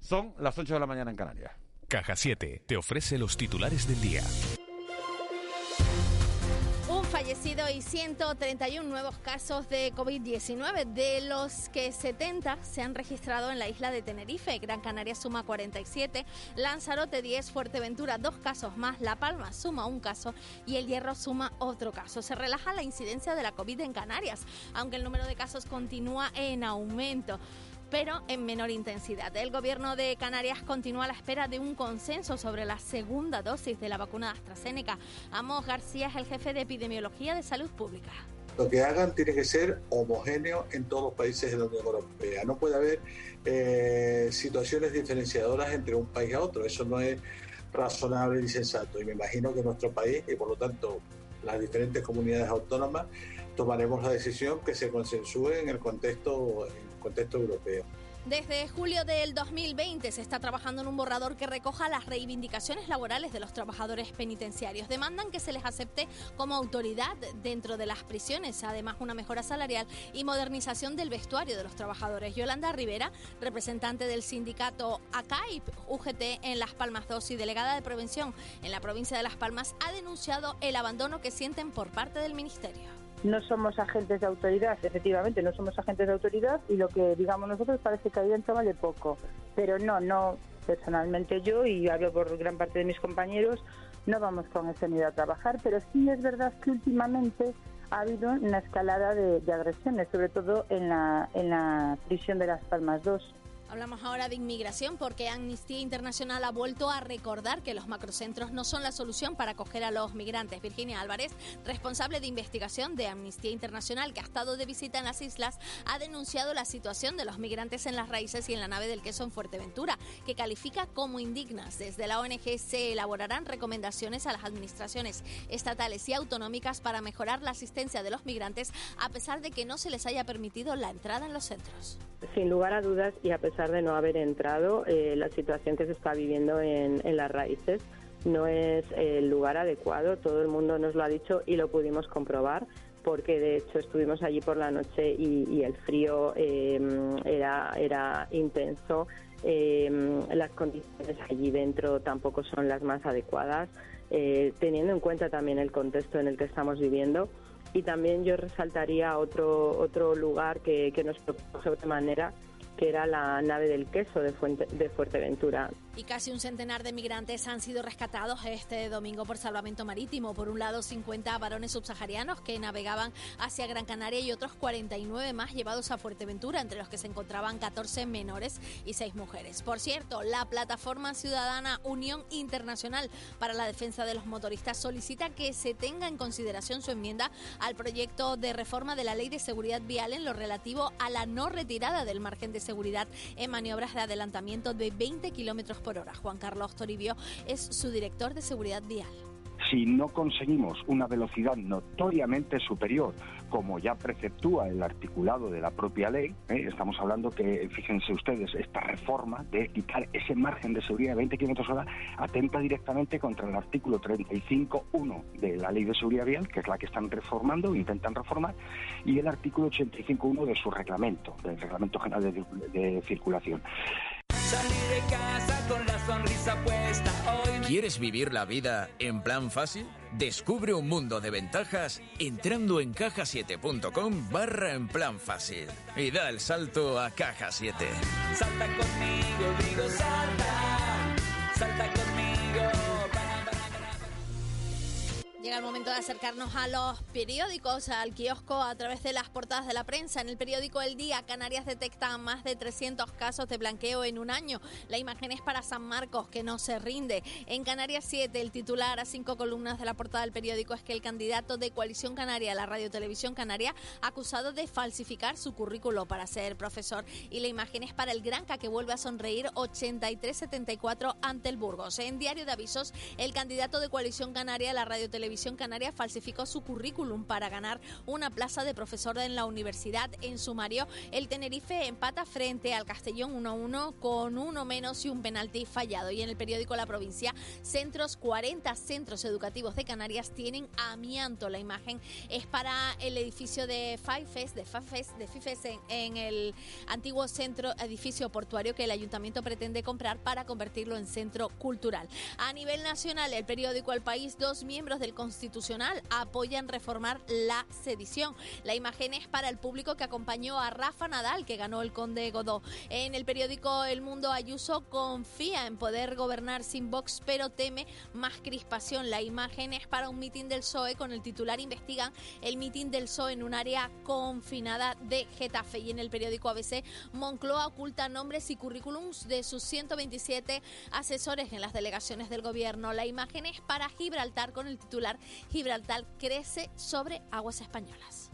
Son las 8 de la mañana en Canarias. Caja 7 te ofrece los titulares del día. Un fallecido y 131 nuevos casos de COVID-19, de los que 70 se han registrado en la isla de Tenerife. Gran Canaria suma 47, Lanzarote 10, Fuerteventura 2 casos más, La Palma suma 1 caso y El Hierro suma otro caso. Se relaja la incidencia de la COVID en Canarias, aunque el número de casos continúa en aumento, pero en menor intensidad. El Gobierno de Canarias continúa a la espera de un consenso sobre la segunda dosis de la vacuna de AstraZeneca. Amos García es el jefe de Epidemiología de Salud Pública. Lo que hagan tiene que ser homogéneo en todos los países de la Unión Europea. No puede haber situaciones diferenciadoras entre un país a otro. Eso no es razonable ni sensato. Y me imagino que nuestro país, y por lo tanto las diferentes comunidades autónomas, tomaremos la decisión que se consensúe en el contexto europeo. Desde julio del 2020 se está trabajando en un borrador que recoja las reivindicaciones laborales de los trabajadores penitenciarios. Demandan que se les acepte como autoridad dentro de las prisiones, además una mejora salarial y modernización del vestuario de los trabajadores. Yolanda Rivera, representante del sindicato ACAIP UGT en Las Palmas 2 y delegada de prevención en la provincia de Las Palmas, ha denunciado el abandono que sienten por parte del Ministerio. No somos agentes de autoridad, efectivamente, no somos agentes de autoridad y lo que digamos nosotros parece que ahí dentro vale poco. Pero no, personalmente yo, y hablo por gran parte de mis compañeros, no vamos con ese miedo a trabajar, pero sí es verdad que últimamente ha habido una escalada de agresiones, sobre todo en la prisión de Las Palmas 2. Hablamos ahora de inmigración porque Amnistía Internacional ha vuelto a recordar que los macrocentros no son la solución para acoger a los migrantes. Virginia Álvarez, responsable de investigación de Amnistía Internacional, que ha estado de visita en las islas, ha denunciado la situación de los migrantes en Las Raíces y en la Nave del Queso en Fuerteventura, que califica como indignas. Desde la ONG se elaborarán recomendaciones a las administraciones estatales y autonómicas para mejorar la asistencia de los migrantes, a pesar de que no se les haya permitido la entrada en los centros. Sin lugar a dudas, y a pesar de no haber entrado, la situación que se está viviendo en Las Raíces no es el lugar adecuado. Todo el mundo nos lo ha dicho y lo pudimos comprobar, porque de hecho estuvimos allí por la noche y el frío era intenso. Las condiciones allí dentro tampoco son las más adecuadas, teniendo en cuenta también el contexto en el que estamos viviendo. Y también yo resaltaría otro lugar que nos preocupa sobremanera, que era la Nave del Queso de Fuerteventura. Y casi un centenar de migrantes han sido rescatados este domingo por salvamento marítimo. Por un lado, 50 varones subsaharianos que navegaban hacia Gran Canaria y otros 49 más llevados a Fuerteventura, entre los que se encontraban 14 menores y 6 mujeres. Por cierto, la plataforma ciudadana Unión Internacional para la Defensa de los Motoristas solicita que se tenga en consideración su enmienda al proyecto de reforma de la Ley de Seguridad Vial en lo relativo a la no retirada del margen de seguridad en maniobras de adelantamiento de 20 kilómetros por hora. Juan Carlos Toribio es su director de seguridad vial. Si no conseguimos una velocidad notoriamente superior, como ya preceptúa el articulado de la propia ley, estamos hablando que, fíjense ustedes, esta reforma de quitar ese margen de seguridad de 20 km/h atenta directamente contra el artículo 35.1 de la Ley de Seguridad Vial, que es la que están reformando, intentan reformar, y el artículo 85.1 de su reglamento, del Reglamento General de Circulación. Salir de casa con la sonrisa puesta hoy. ¿Quieres vivir la vida en plan fácil? Descubre un mundo de ventajas entrando en caja7.com/en plan fácil y da el salto a Caja 7. Salta conmigo, digo salta conmigo. Llega el momento de acercarnos a los periódicos, al kiosco, a través de las portadas de la prensa. En el periódico El Día, Canarias detecta más de 300 casos de blanqueo en un año. La imagen es para San Marcos, que no se rinde. En Canarias 7, el titular a 5 columnas de la portada del periódico es que el candidato de Coalición Canaria a la Radio Televisión Canaria, acusado de falsificar su currículo para ser profesor. Y la imagen es para el Granca, que vuelve a sonreír 83-74 ante el Burgos. En Diario de Avisos, el candidato de Coalición Canaria a la Radio Televisión Televisión Canaria falsificó su currículum para ganar una plaza de profesor en la universidad. En sumario, el Tenerife empata frente al Castellón 1-1 con uno menos y un penalti fallado. Y en el periódico La Provincia, 40 centros educativos de Canarias tienen amianto. La imagen es para el edificio de FIFES en el antiguo edificio portuario que el ayuntamiento pretende comprar para convertirlo en centro cultural. A nivel nacional, el periódico El País, 2 miembros del Constitucional apoyan reformar la sedición. La imagen es para el público que acompañó a Rafa Nadal, que ganó el Conde Godó. En el periódico El Mundo, Ayuso confía en poder gobernar sin Vox, pero teme más crispación. La imagen es para un mitin del PSOE con el titular: investigan el mitin del PSOE en un área confinada de Getafe. Y en el periódico ABC, Moncloa oculta nombres y currículums de sus 127 asesores en las delegaciones del gobierno. La imagen es para Gibraltar con el titular: Gibraltar crece sobre aguas españolas.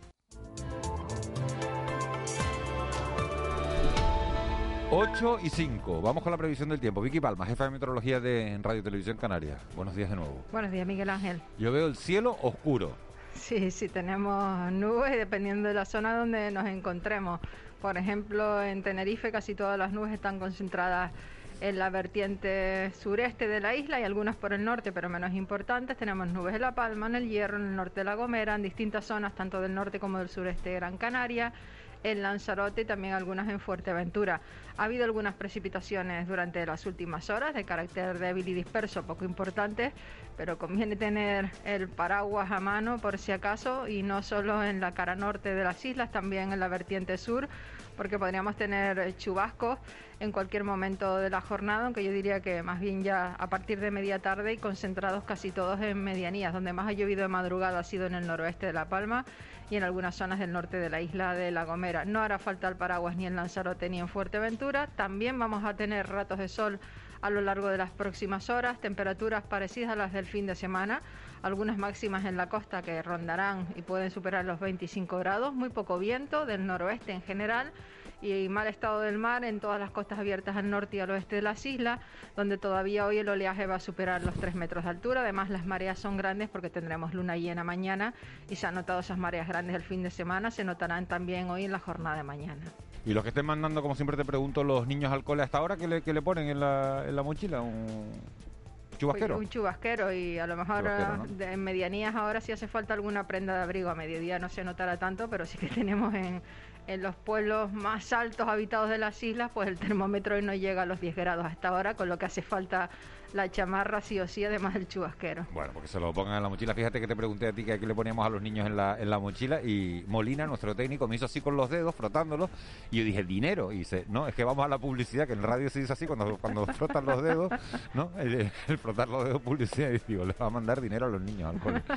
Ocho y 5. Vamos con la previsión del tiempo. Vicky Palma, jefa de meteorología de Radio Televisión Canaria. Buenos días de nuevo. Buenos días, Miguel Ángel. Yo veo el cielo oscuro. Sí, tenemos nubes dependiendo de la zona donde nos encontremos. Por ejemplo, en Tenerife casi todas las nubes están concentradas en la vertiente sureste de la isla y algunas por el norte, pero menos importantes. Tenemos nubes en La Palma, en El Hierro, en el norte de La Gomera, en distintas zonas, tanto del norte como del sureste de Gran Canaria, en Lanzarote y también algunas en Fuerteventura. Ha habido algunas precipitaciones durante las últimas horas de carácter débil y disperso, poco importantes, pero conviene tener el paraguas a mano por si acaso, y no solo en la cara norte de las islas, también en la vertiente sur, porque podríamos tener chubascos en cualquier momento de la jornada, aunque yo diría que más bien ya a partir de media tarde, y concentrados casi todos en medianías. Donde más ha llovido de madrugada ha sido en el noroeste de La Palma y en algunas zonas del norte de la isla de La Gomera. No hará falta el paraguas ni en Lanzarote ni en Fuerteventura. También vamos a tener ratos de sol a lo largo de las próximas horas, temperaturas parecidas a las del fin de semana, algunas máximas en la costa que rondarán y pueden superar los 25 grados, muy poco viento del noroeste en general y mal estado del mar en todas las costas abiertas al norte y al oeste de las islas, donde todavía hoy el oleaje va a superar los 3 metros de altura. Además, las mareas son grandes porque tendremos luna llena mañana y se han notado esas mareas grandes el fin de semana, se notarán también hoy en la jornada de mañana. Y los que estén mandando, como siempre te pregunto, los niños al cole hasta ahora, ¿qué le ponen en la mochila? ¿Un chubasquero? Un chubasquero, y a lo mejor ¿no? En medianías ahora sí hace falta alguna prenda de abrigo. A mediodía no se notará tanto, pero sí que tenemos en los pueblos más altos habitados de las islas, pues el termómetro hoy no llega a los 10 grados hasta ahora, con lo que hace falta la chamarra sí o sí, además del chubasquero. Bueno, porque se lo pongan en la mochila. Fíjate que te pregunté a ti que le poníamos a los niños en la mochila, y Molina, nuestro técnico, me hizo así con los dedos, frotándolos, y yo dije, dinero, y dice, no, es que vamos a la publicidad, que en el radio se dice así, cuando frotan los dedos, ¿no? El frotar los dedos, publicidad, y digo, le va a mandar dinero a los niños al cole.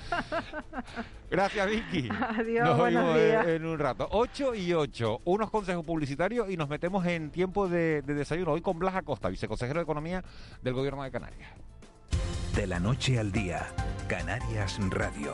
Gracias, Vicky. Adiós, nos buenos oímos días. En un rato. 8 y 8, unos consejos publicitarios y nos metemos en tiempo de desayuno, hoy con Blas Acosta, viceconsejero de Economía del Gobierno de Canarias. De la noche al día, Canarias Radio.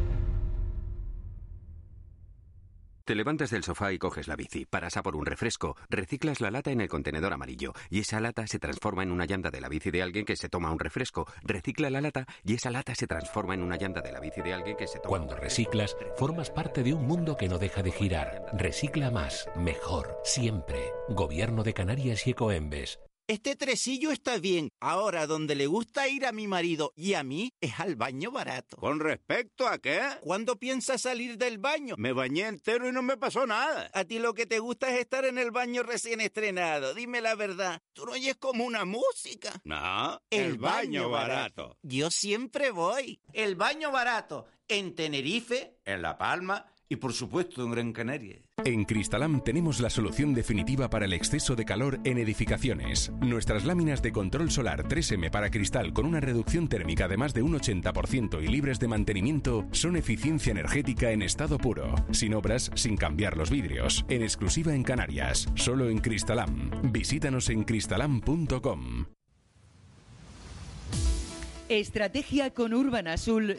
Te levantas del sofá y coges la bici, paras a por un refresco, reciclas la lata en el contenedor amarillo y esa lata se transforma en una llanta de la bici de alguien que se toma un refresco, recicla la lata y esa lata se transforma en una llanta de la bici de alguien que se toma. Cuando reciclas, formas parte de un mundo que no deja de girar. Recicla más, mejor, siempre. Gobierno de Canarias y Ecoembes. Este tresillo está bien. Ahora, donde le gusta ir a mi marido y a mí es al baño barato. ¿Con respecto a qué? ¿Cuándo piensas salir del baño? Me bañé entero y no me pasó nada. A ti lo que te gusta es estar en el baño recién estrenado. Dime la verdad. ¿Tú no oyes como una música? No, el baño barato. Yo siempre voy. El baño barato. En Tenerife, en La Palma y por supuesto en Gran Canaria. En Cristalam tenemos la solución definitiva para el exceso de calor en edificaciones. Nuestras láminas de control solar 3M para cristal con una reducción térmica de más de un 80% y libres de mantenimiento son eficiencia energética en estado puro. Sin obras, sin cambiar los vidrios. En exclusiva en Canarias. Solo en Cristalam. Visítanos en cristalam.com. Estrategia con Urbanazul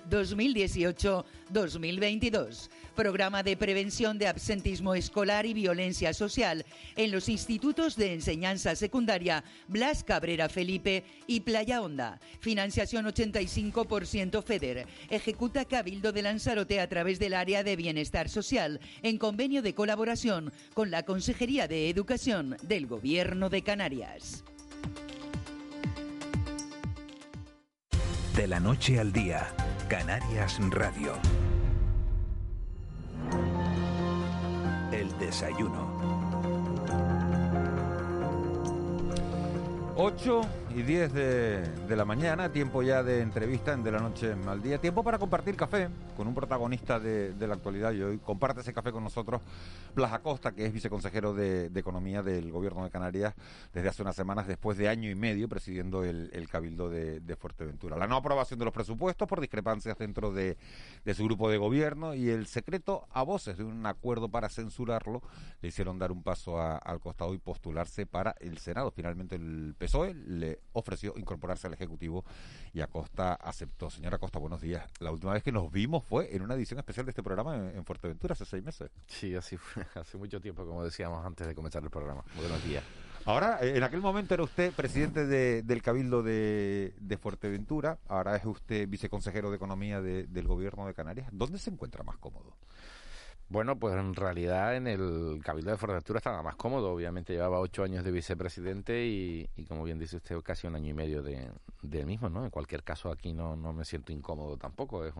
2018-2022. Programa de prevención de absentismo escolar y violencia social en los institutos de enseñanza secundaria Blas Cabrera Felipe y Playa Honda. Financiación 85% FEDER. Ejecuta Cabildo de Lanzarote a través del área de bienestar social en convenio de colaboración con la Consejería de Educación del Gobierno de Canarias. De la noche al día, Canarias Radio. El desayuno. 8:10 de la mañana, tiempo ya de entrevista en De la Noche al Día, tiempo para compartir café con un protagonista de la actualidad, y hoy comparte ese café con nosotros Blas Acosta, que es viceconsejero de Economía del Gobierno de Canarias desde hace unas semanas, después de año y medio presidiendo el Cabildo de Fuerteventura. La no aprobación de los presupuestos por discrepancias dentro de su grupo de gobierno y el secreto a voces de un acuerdo para censurarlo le hicieron dar un paso al costado y postularse para el Senado. Finalmente el PSOE le ofreció incorporarse al Ejecutivo y Acosta aceptó. Señora Acosta, buenos días. La última vez que nos vimos fue en una edición especial de este programa en Fuerteventura, hace 6 meses. Sí, así fue, hace mucho tiempo, como decíamos antes de comenzar el programa. Buenos días. Ahora, en aquel momento era usted presidente del Cabildo de Fuerteventura, ahora es usted viceconsejero de Economía del Gobierno de Canarias. ¿Dónde se encuentra más cómodo? Bueno, pues en realidad en el Cabildo de Fuerteventura estaba más cómodo. Obviamente llevaba 8 años de vicepresidente y como bien dice usted, casi 1 año y medio del mismo, ¿no? En cualquier caso, aquí no me siento incómodo tampoco. Es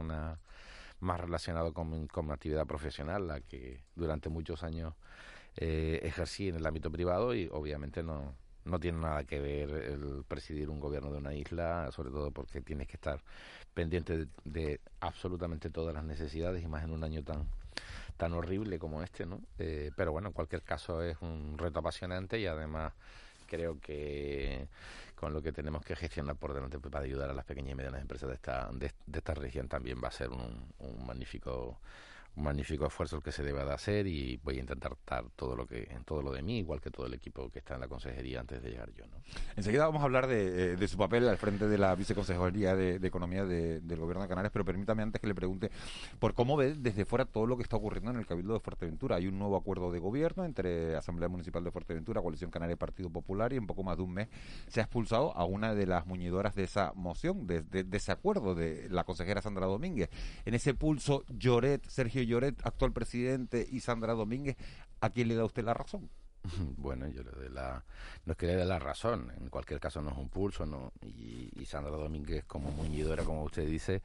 más relacionado con mi actividad profesional, la que durante muchos años ejercí en el ámbito privado, y obviamente no tiene nada que ver el presidir un gobierno de una isla, sobre todo porque tienes que estar pendiente de absolutamente todas las necesidades, y más en un año tan horrible como este, ¿no? Pero bueno, en cualquier caso es un reto apasionante, y además creo que con lo que tenemos que gestionar por delante para ayudar a las pequeñas y medianas empresas de esta región también va a ser un magnífico esfuerzo el que se debe de hacer, y voy a intentar dar todo lo de mí, igual que todo el equipo que está en la consejería antes de llegar yo, ¿no? Enseguida vamos a hablar de su papel al frente de la viceconsejería de Economía del Gobierno de Canarias, pero permítame antes que le pregunte por cómo ve desde fuera todo lo que está ocurriendo en el Cabildo de Fuerteventura. Hay un nuevo acuerdo de gobierno entre Asamblea Municipal de Fuerteventura, Coalición Canaria y Partido Popular, y en poco más de un mes se ha expulsado a una de las muñidoras de esa moción, de ese acuerdo, de la consejera Sandra Domínguez. En ese pulso, Sergio Lloret, actual presidente, y Sandra Domínguez, ¿a quién le da usted la razón? Bueno, yo le doy no es que le dé la razón, en cualquier caso no es un pulso, ¿no? Y Sandra Domínguez, como muñidora, como usted dice,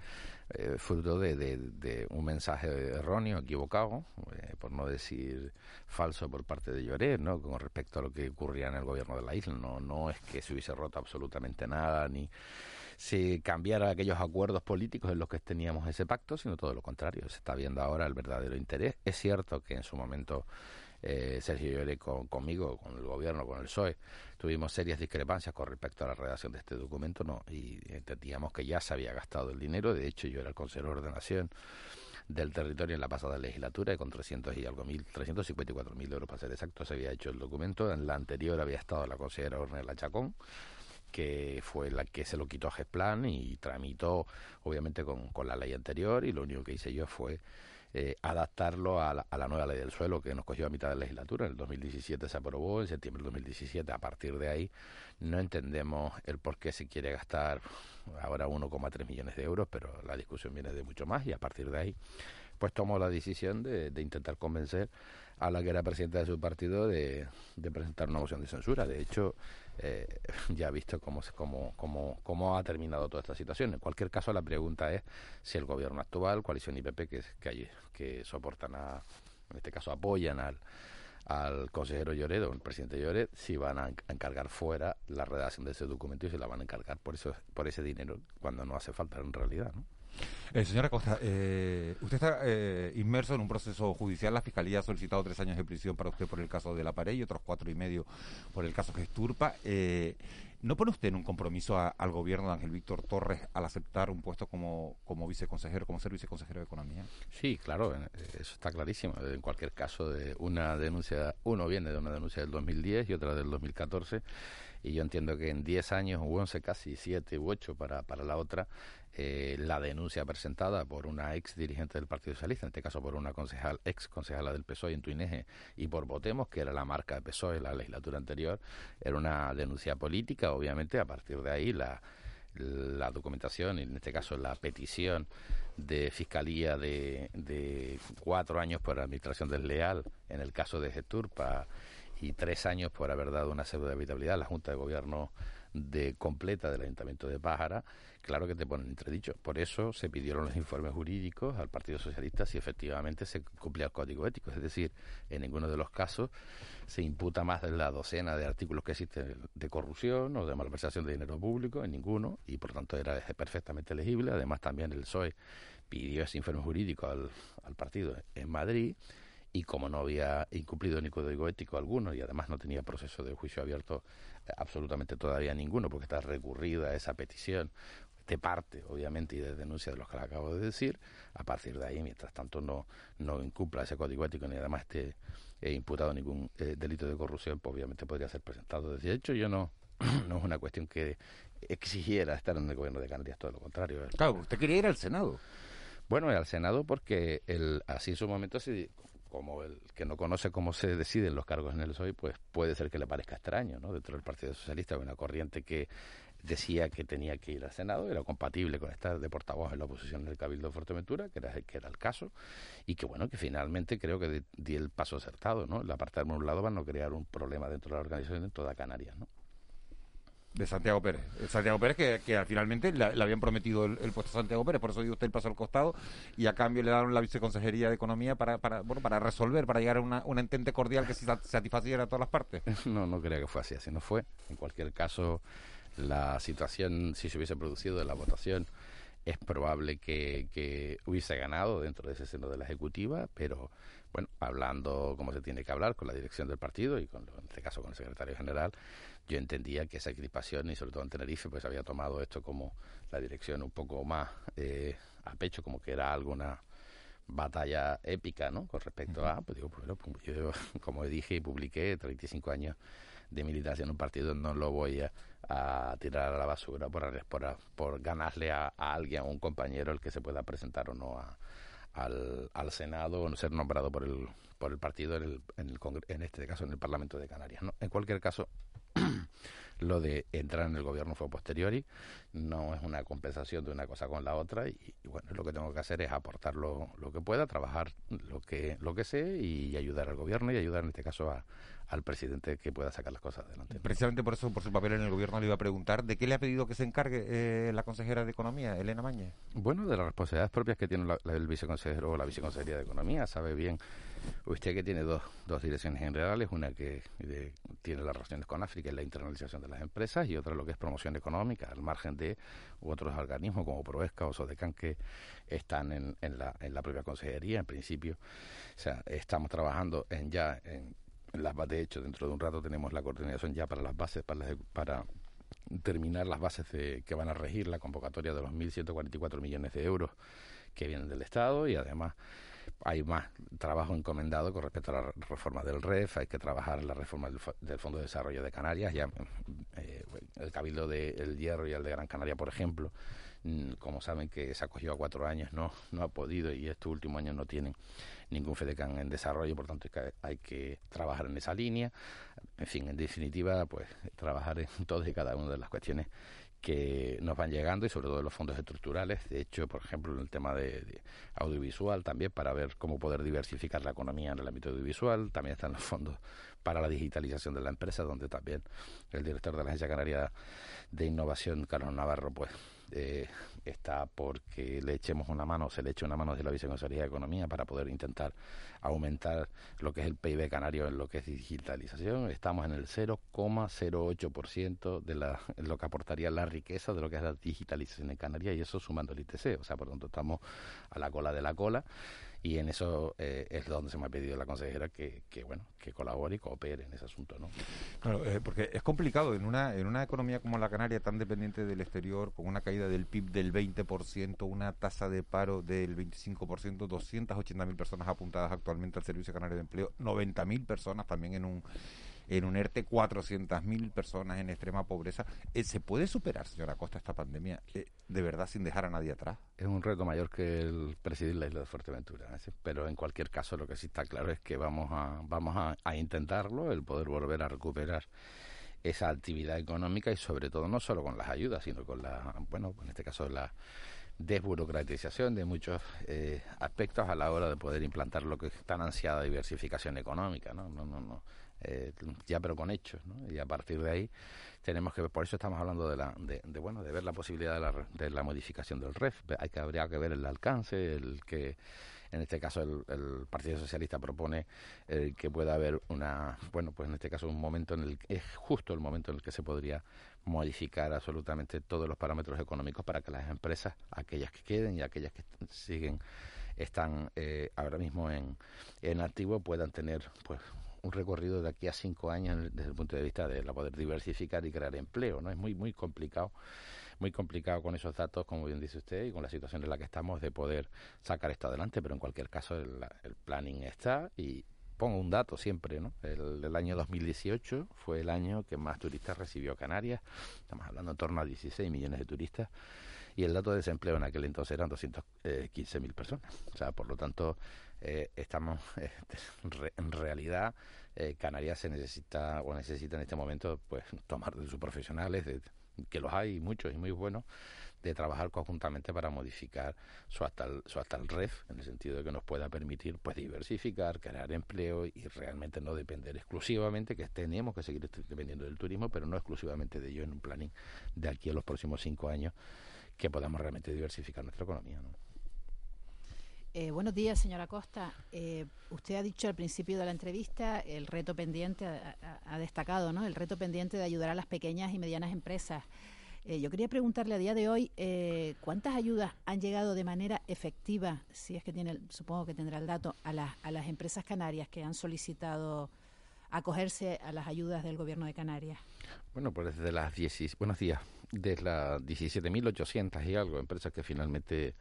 fruto de un mensaje erróneo, equivocado, por no decir falso, por parte de Lloret, ¿no? Con respecto a lo que ocurría en el gobierno de la isla. No es que se hubiese roto absolutamente nada, ni se cambiara aquellos acuerdos políticos en los que teníamos ese pacto, sino todo lo contrario. Se está viendo ahora el verdadero interés. Es cierto que en su momento Sergio Lloret conmigo, con el gobierno, con el PSOE, tuvimos serias discrepancias con respecto a la redacción de este documento, ¿no? Y entendíamos que ya se había gastado el dinero. De hecho, yo era el consejero de ordenación del territorio en la pasada legislatura, y con 354.000 euros para ser exacto se había hecho el documento. En la anterior había estado la consejera Ornella Chacón, que fue la que se lo quitó a Gesplan y tramitó obviamente con la ley anterior, y lo único que hice yo fue adaptarlo a la nueva ley del suelo, que nos cogió a mitad de la legislatura. En el 2017 se aprobó, en septiembre del 2017. A partir de ahí no entendemos el por qué se quiere gastar ahora 1,3 millones de euros, pero la discusión viene de mucho más, y a partir de ahí pues tomó la decisión de intentar convencer a la que era presidenta de su partido de presentar una moción de censura. De hecho, ya ha visto cómo ha terminado toda esta situación. En cualquier caso, la pregunta es si el gobierno actual, Coalición y PP, que soportan en este caso apoyan al consejero Lloret, o el presidente Lloret, si van a encargar fuera la redacción de ese documento, y se la van a encargar por ese dinero, cuando no hace falta en realidad, ¿no? Señora Costa, usted está inmerso en un proceso judicial. La Fiscalía ha solicitado 3 años de prisión para usted por el caso de La Pared y otros 4 y medio por el caso Gesturpa. ¿No pone usted en un compromiso al gobierno de Ángel Víctor Torres al aceptar un puesto como viceconsejero, como ser viceconsejero de Economía? Sí, claro, eso está clarísimo. En cualquier caso, de una denuncia, uno viene de una denuncia del 2010 y otra del 2014, y yo entiendo que en 10 años, o 11, casi 7 u 8 para la otra, la denuncia presentada por una ex dirigente del Partido Socialista, en este caso por una ex concejala del PSOE en Tuineje, y por Votemos, que era la marca de PSOE en la legislatura anterior, era una denuncia política. Obviamente, a partir de ahí la documentación, y en este caso la petición de Fiscalía de 4 años por administración desleal en el caso de Geturpa y 3 años por haber dado una pseudo de habitabilidad a la Junta de Gobierno completa del Ayuntamiento de Pájara, claro que te ponen entredicho. Por eso se pidieron los informes jurídicos al Partido Socialista si efectivamente se cumplía el Código Ético. Es decir, en ninguno de los casos se imputa más de la docena de artículos que existen de corrupción o de malversación de dinero público, en ninguno, y por tanto era perfectamente legible. Además, también el PSOE pidió ese informe jurídico al partido en Madrid, y como no había incumplido ni código ético alguno, y además no tenía proceso de juicio abierto absolutamente todavía ninguno, porque está recurrida esa petición de parte, obviamente, y de denuncia de los que le acabo de decir, a partir de ahí, mientras tanto no incumpla ese código ético ni además esté imputado ningún delito de corrupción, pues obviamente podría ser presentado. De hecho, yo no es una cuestión que exigiera estar en el gobierno de Canarias, todo lo contrario. Claro, usted quería ir al Senado. Bueno, al Senado porque así en su momento, como el que no conoce cómo se deciden los cargos en el PSOE, pues puede ser que le parezca extraño, ¿no? Dentro del Partido Socialista había una corriente que decía que tenía que ir al Senado, era compatible con estar de portavoz en la oposición en el Cabildo de Fuerteventura, que era el caso, y que bueno, que finalmente creo que di el paso acertado, ¿no? El apartarme a un lado para no crear un problema dentro de la organización en toda Canarias, ¿no? De Santiago Pérez. Santiago Pérez que finalmente le habían prometido el puesto a Santiago Pérez, por eso dio usted el paso al costado, y a cambio le dieron la viceconsejería de Economía para resolver, para llegar a un entente cordial que satisfaciera a todas las partes. No creo que fue así no fue. En cualquier caso, la situación, si se hubiese producido de la votación, es probable que hubiese ganado dentro de ese seno de la Ejecutiva, pero bueno, hablando como se tiene que hablar con la dirección del partido y en este caso con el secretario general, yo entendía que esa equipación, y sobre todo en Tenerife, pues había tomado esto como la dirección un poco más a pecho, como que era alguna batalla épica, ¿no? Con respecto a, pues yo, como dije y publiqué, 35 años de militancia en un partido, no lo voy a tirar a la basura por ganarle a alguien, a un compañero, el que se pueda presentar o no al Senado, o no ser nombrado por el partido en este caso en el Parlamento de Canarias, ¿no? En cualquier caso, lo de entrar en el gobierno fue posteriori, no es una compensación de una cosa con la otra, y bueno, lo que tengo que hacer es aportar lo que pueda, trabajar lo que sé y ayudar al gobierno y ayudar en este caso al presidente que pueda sacar las cosas adelante. Precisamente por eso, por su papel en el gobierno, le iba a preguntar ¿de qué le ha pedido que se encargue la consejera de Economía, Elena Mañez? Bueno, de las responsabilidades propias que tiene el viceconsejero o la viceconsejería de Economía. Sabe bien usted que tiene dos direcciones generales, una que tiene las relaciones con África y la internalización de las empresas, y otra lo que es promoción económica, al margen de otros organismos como Proesca o Sodecan que están en la propia consejería, en principio. O sea, estamos trabajando de hecho, dentro de un rato tenemos la coordinación ya para las bases, para terminar las bases que van a regir la convocatoria de los 1.144 millones de euros que vienen del Estado, y además hay más trabajo encomendado con respecto a la reforma del REF. Hay que trabajar en la reforma del Fondo de Desarrollo de Canarias. Ya el Cabildo del Hierro y el de Gran Canaria, por ejemplo, como saben que se acogió a 4 años, no ha podido, y estos últimos años no tienen ningún FEDECAN en desarrollo, por tanto hay que trabajar en esa línea. En fin, en definitiva, pues trabajar en todas y cada una de las cuestiones que nos van llegando, y sobre todo los fondos estructurales. De hecho, por ejemplo, en el tema de audiovisual también, para ver cómo poder diversificar la economía en el ámbito audiovisual. También están los fondos para la digitalización de la empresa, donde también el director de la Agencia Canaria de Innovación, Carlos Navarro, pues está porque se le eche una mano de la Viceconsejería de Economía para poder intentar aumentar lo que es el PIB canario en lo que es digitalización. Estamos en el 0,08% de lo que aportaría la riqueza de lo que es la digitalización en Canarias, y eso sumando el ITC. O sea, por tanto, estamos a la cola de la cola, y en eso es donde se me ha pedido la consejera que colabore y coopere en ese asunto, ¿no? Claro, porque es complicado en una economía como la Canaria, tan dependiente del exterior, con una caída del PIB del 20%, una tasa de paro del 25%, 280.000 personas apuntadas actualmente al Servicio Canario de Empleo, 90.000 personas también en un ERTE, 400.000 personas en extrema pobreza. ¿Se puede superar, señora Costa, esta pandemia de verdad sin dejar a nadie atrás? Es un reto mayor que el presidir la isla de Fuerteventura, pero en cualquier caso lo que sí está claro es que vamos a intentarlo, el poder volver a recuperar esa actividad económica y sobre todo no solo con las ayudas, sino con en este caso la desburocratización de muchos aspectos a la hora de poder implantar lo que es tan ansiada diversificación económica, ¿no? Ya pero con hechos, ¿no? Y a partir de ahí tenemos que, por eso estamos hablando de ver la posibilidad de la modificación del REF. Habría que ver el alcance, el que en este caso el Partido Socialista propone que pueda haber en este caso un momento es justo el momento en el que se podría modificar absolutamente todos los parámetros económicos para que las empresas, aquellas que queden y aquellas que están ahora mismo en activo, puedan tener un recorrido de aquí a 5 años desde el punto de vista de la poder diversificar y crear empleo, ¿no? Es muy complicado con esos datos, como bien dice usted, y con la situación en la que estamos de poder sacar esto adelante, pero en cualquier caso el planning está. Y pongo un dato siempre, ¿no? El año 2018 fue el año que más turistas recibió Canarias, estamos hablando en torno a 16 millones de turistas, y el dato de desempleo en aquel entonces eran 215.000 personas. O sea, por lo tanto, estamos en realidad Canarias necesita en este momento tomar de sus profesionales, que los hay muchos y muy buenos, de trabajar conjuntamente para modificar su actual REF, en el sentido de que nos pueda permitir diversificar, crear empleo y realmente no depender exclusivamente, que tenemos que seguir dependiendo del turismo, pero no exclusivamente de ello en un planning de aquí a los próximos 5 años, que podamos realmente diversificar nuestra economía, ¿no? Buenos días, señora Costa. Usted ha dicho al principio de la entrevista el reto pendiente, ha destacado, ¿no?, el reto pendiente de ayudar a las pequeñas y medianas empresas. Yo quería preguntarle a día de hoy, ¿cuántas ayudas han llegado de manera efectiva, si es que supongo que tendrá el dato, a las empresas canarias que han solicitado acogerse a las ayudas del Gobierno de Canarias? Bueno, pues desde las 17.800 y algo empresas que finalmente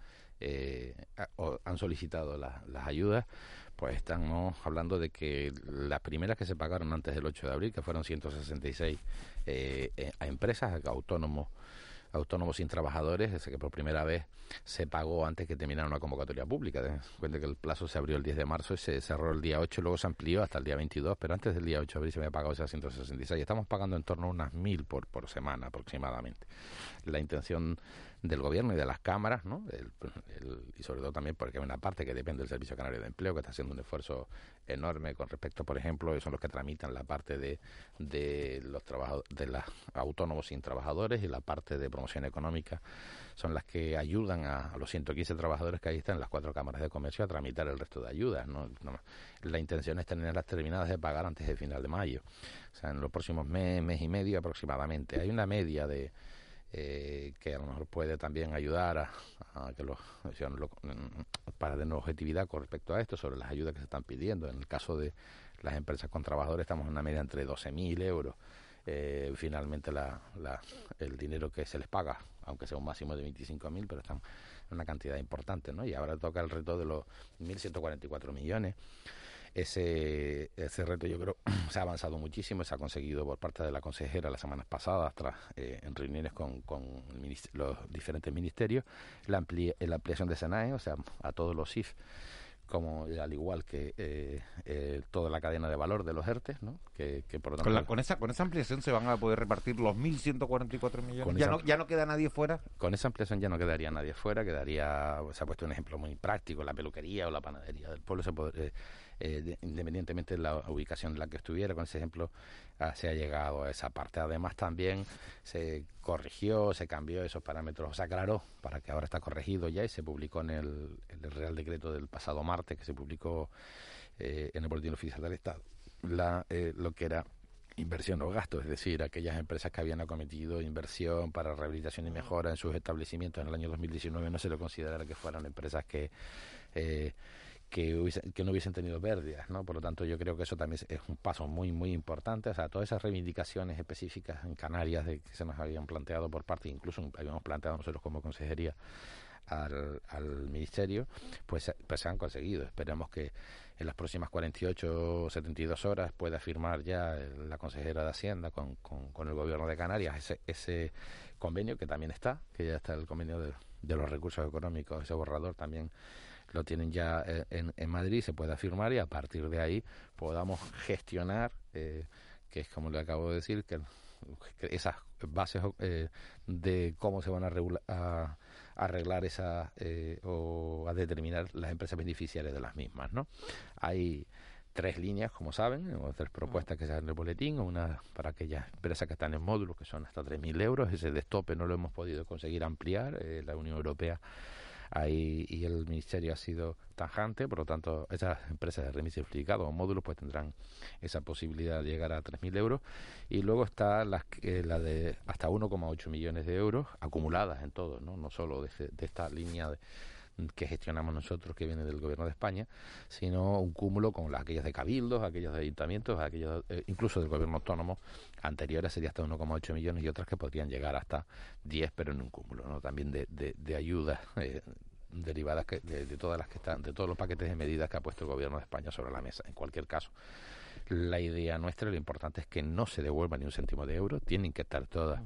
han solicitado las ayudas, pues estamos hablando de que las primeras que se pagaron antes del 8 de abril, que fueron 166 a empresas, autónomos sin trabajadores, es que por primera vez se pagó antes que terminara una convocatoria pública. Cuenta que el plazo se abrió el 10 de marzo y se cerró el día 8, luego se amplió hasta el día 22, pero antes del día 8 de abril se me ha pagado esas 166. Estamos pagando en torno a unas 1.000 por semana aproximadamente. La intención del Gobierno y de las cámaras, ¿no? Y sobre todo también porque hay una parte que depende del Servicio Canario de Empleo, que está haciendo un esfuerzo enorme con respecto, por ejemplo, son los que tramitan la parte de los de los autónomos sin trabajadores, y la parte de promoción económica son las que ayudan a los 115 trabajadores que ahí están en las 4 cámaras de comercio a tramitar el resto de ayudas, ¿no? La intención es tenerlas terminadas de pagar antes del final de mayo, o sea, en los próximos mes y medio aproximadamente. Hay una media que a lo mejor puede también ayudar a que para darnos objetividad con respecto a esto, sobre las ayudas que se están pidiendo. En el caso de las empresas con trabajadores estamos en una media entre 12.000 euros. Finalmente el dinero que se les paga, aunque sea un máximo de 25.000, pero están en una cantidad importante, ¿no? Y ahora toca el reto de los 1.144 millones. Ese reto, yo creo, se ha avanzado muchísimo, se ha conseguido por parte de la consejera las semanas pasadas, en reuniones con los diferentes ministerios, la ampliación de SENAE, o sea, a todos los SIF, como al igual que toda la cadena de valor de los ERTES, ¿no? Que por lo tanto, con esa ampliación se van a poder repartir los 1.144 millones. ¿Ya no queda nadie fuera? Con esa ampliación ya no quedaría nadie fuera, se ha puesto un ejemplo muy práctico, la peluquería o la panadería del pueblo independientemente de la ubicación en la que estuviera. Con ese ejemplo se ha llegado a esa parte. Además también se corrigió, se cambió esos parámetros, se aclaró para que ahora está corregido ya, y se publicó en el Real Decreto del pasado martes, que se publicó en el Boletín Oficial del Estado, lo que era inversión o gasto, es decir, aquellas empresas que habían acometido inversión para rehabilitación y mejora en sus establecimientos en el año 2019 no se le considerara que fueran empresas que que no hubiesen tenido pérdidas, ¿no? Por lo tanto, yo creo que eso también es un paso muy, muy importante. O sea, todas esas reivindicaciones específicas en Canarias que se nos habían planteado por parte, incluso habíamos planteado nosotros como consejería al Ministerio, pues se han conseguido. Esperemos que en las próximas 48 o 72 horas pueda firmar ya la consejera de Hacienda con el Gobierno de Canarias ese convenio que también que ya está el convenio de los recursos económicos, ese borrador también lo tienen ya en Madrid, se pueda firmar y a partir de ahí podamos gestionar, que es como le acabo de decir, que esas bases de cómo se van a arreglar esas o a determinar las empresas beneficiarias de las mismas, ¿no? Hay 3 líneas, como saben, o 3 propuestas que se dan en el boletín, una para aquellas empresas que están en módulos, que son hasta 3.000 euros, ese destope no lo hemos podido conseguir ampliar, la Unión Europea ahí y el Ministerio ha sido tajante, por lo tanto esas empresas de remis simplificado o módulos pues tendrán esa posibilidad de llegar a 3.000 euros, y luego está la de hasta 1,8 millones de euros acumuladas en todo, no solo de esta línea que gestionamos nosotros, que viene del Gobierno de España, sino un cúmulo con aquellas de cabildos, aquellas de ayuntamientos, aquellas incluso del Gobierno autónomo anteriores, sería hasta 1,8 millones, y otras que podrían llegar hasta 10, pero en un cúmulo, ¿no? También de ayudas derivadas de todas las que están, de todos los paquetes de medidas que ha puesto el Gobierno de España sobre la mesa. En cualquier caso, la idea nuestra, lo importante es que no se devuelva ni un céntimo de euro, tienen que estar todas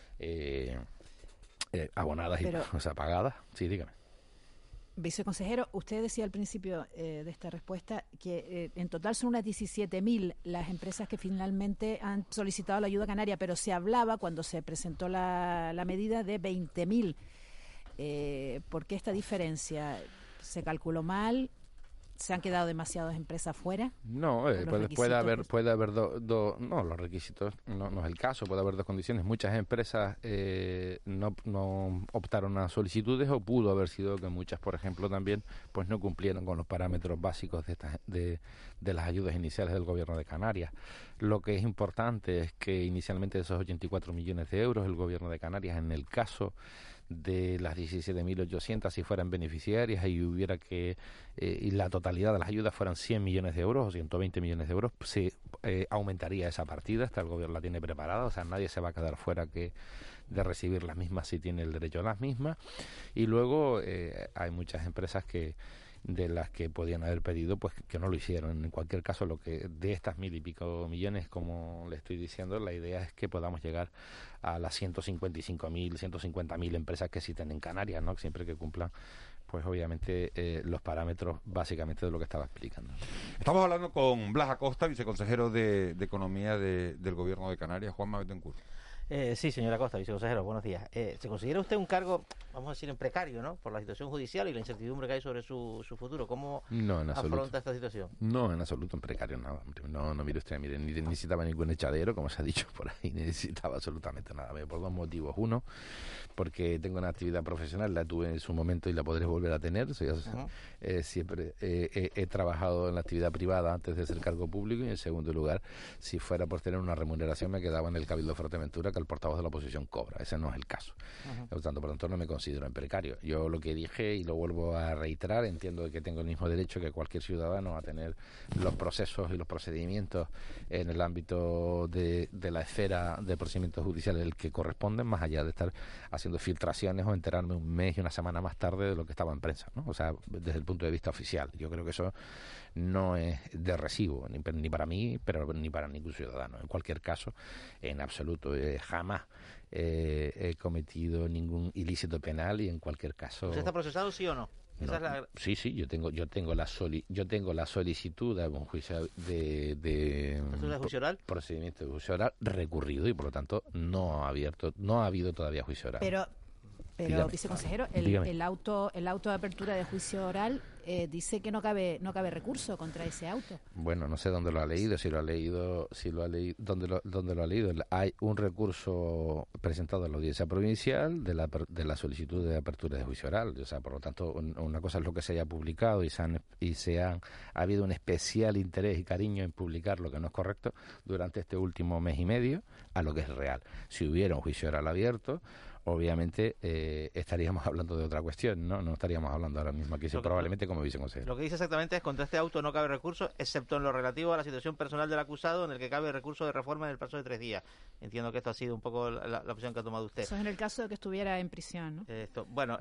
abonadas y pagadas. Sí, dígame. Viceconsejero, usted decía al principio de esta respuesta que en total son unas 17.000 las empresas que finalmente han solicitado la ayuda canaria, pero se hablaba cuando se presentó la medida de 20.000. ¿Por qué esta diferencia? ¿Se calculó mal? ¿Se han quedado demasiadas empresas fuera? No, puede haber no, los requisitos no es el caso, puede haber 2 condiciones. Muchas empresas no optaron a solicitudes, o pudo haber sido que muchas, por ejemplo, también pues no cumplieron con los parámetros básicos de las ayudas iniciales del Gobierno de Canarias. Lo que es importante es que inicialmente de esos 84 millones de euros, el Gobierno de Canarias, en el caso de las 17.800, si fueran beneficiarias y hubiera y la totalidad de las ayudas fueran 100 millones de euros o 120 millones de euros, se aumentaría esa partida. El Gobierno la tiene preparada, o sea, nadie se va a quedar fuera de recibir las mismas si tiene el derecho a las mismas. Y luego hay muchas empresas de las que podían haber pedido, pues que no lo hicieron. En cualquier caso, de estas 1.000 y pico millones, como le estoy diciendo, la idea es que podamos llegar a las 155.000, 150.000 empresas que existen en Canarias, ¿no? Siempre que cumplan, pues obviamente, los parámetros básicamente de lo que estaba explicando. Estamos hablando con Blas Acosta, viceconsejero de Economía del Gobierno de Canarias. Juanma Betancourt. Sí, señora Acosta, viceconsejero, buenos días. ¿Se considera usted un cargo, vamos a decir, en precario, ¿no? Por la situación judicial y la incertidumbre que hay sobre su futuro. ¿Cómo afronta esta situación? No, en absoluto en precario, nada. No, mire usted, ni necesitaba ningún echadero, como se ha dicho por ahí, ni necesitaba absolutamente nada. Por 2 motivos. Uno, porque tengo una actividad profesional, la tuve en su momento y la podré volver a tener. Siempre he trabajado en la actividad privada antes de ser cargo público, y en segundo lugar, si fuera por tener una remuneración, me quedaba en el Cabildo de Fuerteventura, que el portavoz de la oposición cobra. Ese no es el caso. Por lo tanto, no me considero en precario. Yo lo que dije, y lo vuelvo a reiterar, entiendo que tengo el mismo derecho que cualquier ciudadano a tener los procesos y los procedimientos en el ámbito de la esfera de procedimientos judiciales el que corresponden, más allá de estar haciendo filtraciones o enterarme un mes y una semana más tarde de lo que estaba en prensa, ¿no? O sea, desde el punto de vista oficial. Yo creo que eso no es de recibo, ni para mí, pero ni para ningún ciudadano. En cualquier caso, en absoluto, jamás he cometido ningún ilícito penal, y en cualquier caso... ¿Usted está procesado, sí o no? No, sí, yo tengo la solicitud de un juicio de juicio oral, procedimiento de juicio oral recurrido, y por lo tanto no ha habido todavía juicio oral. Pero Dígame. Viceconsejero, el auto de apertura de juicio oral dice que no cabe recurso contra ese auto. Bueno, no sé dónde lo ha leído, dónde lo ha leído. Hay un recurso presentado en la Audiencia Provincial de la solicitud de apertura de juicio oral. O sea, por lo tanto, una cosa es lo que se haya publicado ha habido un especial interés y cariño en publicar lo que no es correcto durante este último mes y medio, a lo que es real. Si hubiera un juicio oral abierto, obviamente estaríamos hablando de otra cuestión, ¿no? No estaríamos hablando ahora mismo aquí, probablemente como viceconsejero. Lo que dice exactamente es: contra este auto no cabe recurso, excepto en lo relativo a la situación personal del acusado, en el que cabe recurso de reforma en el plazo de 3 días. Entiendo que esto ha sido un poco la opción que ha tomado usted. Eso es en el caso de que estuviera en prisión, ¿no? Bueno,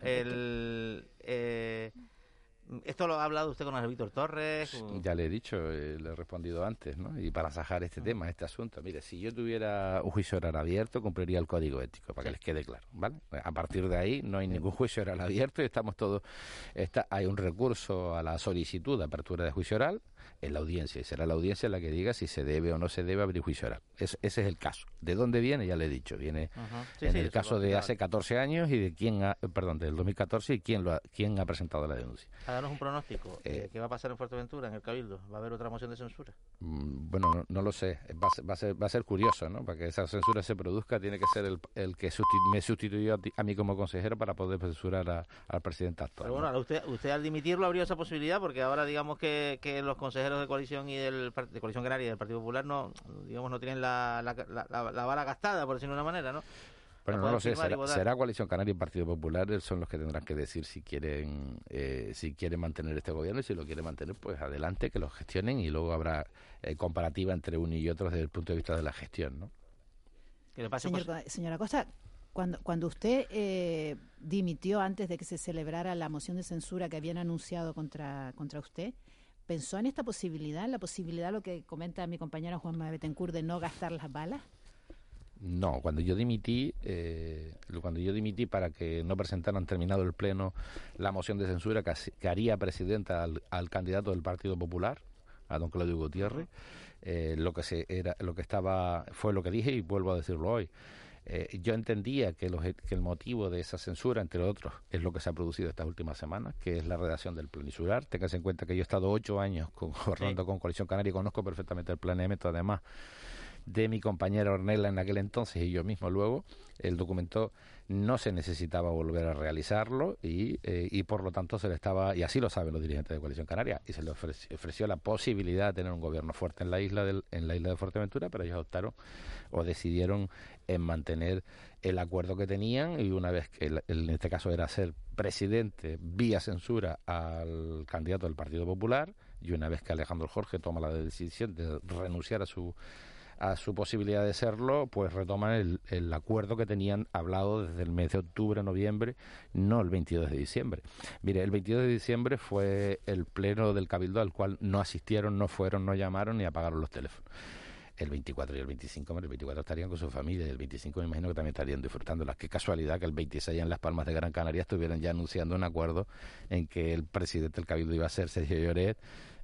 esto lo ha hablado usted con Víctor Torres. Ya le he dicho, le he respondido antes, ¿no? Y para sajar este tema, este asunto, mire, si yo tuviera un juicio oral abierto, cumpliría el código ético, para que les quede claro, ¿vale? A partir de ahí no hay ningún juicio oral abierto y estamos todos... hay un recurso a la solicitud de apertura de juicio oral en la audiencia, y será la audiencia la que diga si se debe o no se debe abrir juicio oral. Ese es el caso. ¿De dónde viene? Ya le he dicho. Viene en el caso de hace 14 años y de del 2014 y quién ha presentado la denuncia. Háganos un pronóstico. ¿Qué va a pasar en Fuerteventura, en el Cabildo? ¿Va a haber otra moción de censura? Bueno, no lo sé. Va a ser curioso, ¿no? Para que esa censura se produzca tiene que ser el que me sustituyó a mí como consejero para poder censurar al presidente actual. Pero bueno, usted al dimitirlo abrió esa posibilidad, porque ahora digamos que los consejeros de coalición y de Coalición Canaria y del Partido Popular no tienen la bala gastada, por decirlo de una manera, ¿no? Bueno, no lo sé, será Coalición Canaria y Partido Popular son los que tendrán que decir si quieren mantener este gobierno, y si lo quieren mantener, pues adelante, que lo gestionen, y luego habrá comparativa entre uno y otro desde el punto de vista de la gestión, ¿no? Señora Costa, cuando usted dimitió antes de que se celebrara la moción de censura que habían anunciado contra usted, ¿pensó en esta posibilidad, lo que comenta mi compañero Juanma Bettencourt, de no gastar las balas? No, cuando yo dimití para que no presentaran terminado el pleno la moción de censura que haría presidenta al candidato del Partido Popular, a don Claudio Gutiérrez, fue lo que dije, y vuelvo a decirlo hoy. Yo entendía que el motivo de esa censura, entre otros, es lo que se ha producido estas últimas semanas, que es la redacción del plan insular. Téngase en cuenta que yo he estado 8 años gobernando con Coalición Canaria y conozco perfectamente el planeamiento, además de mi compañera Ornella en aquel entonces y yo mismo luego. El documento no se necesitaba volver a realizarlo y por lo tanto se le estaba, y así lo saben los dirigentes de Coalición Canaria, y se le ofreció la posibilidad de tener un gobierno fuerte en la isla de Fuerteventura, pero ellos optaron o decidieron en mantener el acuerdo que tenían, y una vez que en este caso era ser presidente vía censura al candidato del Partido Popular, y una vez que Alejandro Jorge toma la decisión de renunciar a su posibilidad de serlo, pues retoman el acuerdo que tenían hablado desde el mes de octubre, noviembre, no el 22 de diciembre. Mire, el 22 de diciembre fue el pleno del Cabildo al cual no asistieron, no fueron, no llamaron ni apagaron los teléfonos. El 24 y el 25, el 24 estarían con su familia, y el 25 me imagino que también estarían disfrutándolas. Qué casualidad que el 26 en Las Palmas de Gran Canaria estuvieran ya anunciando un acuerdo en que el presidente del Cabildo iba a ser Sergio Lloret,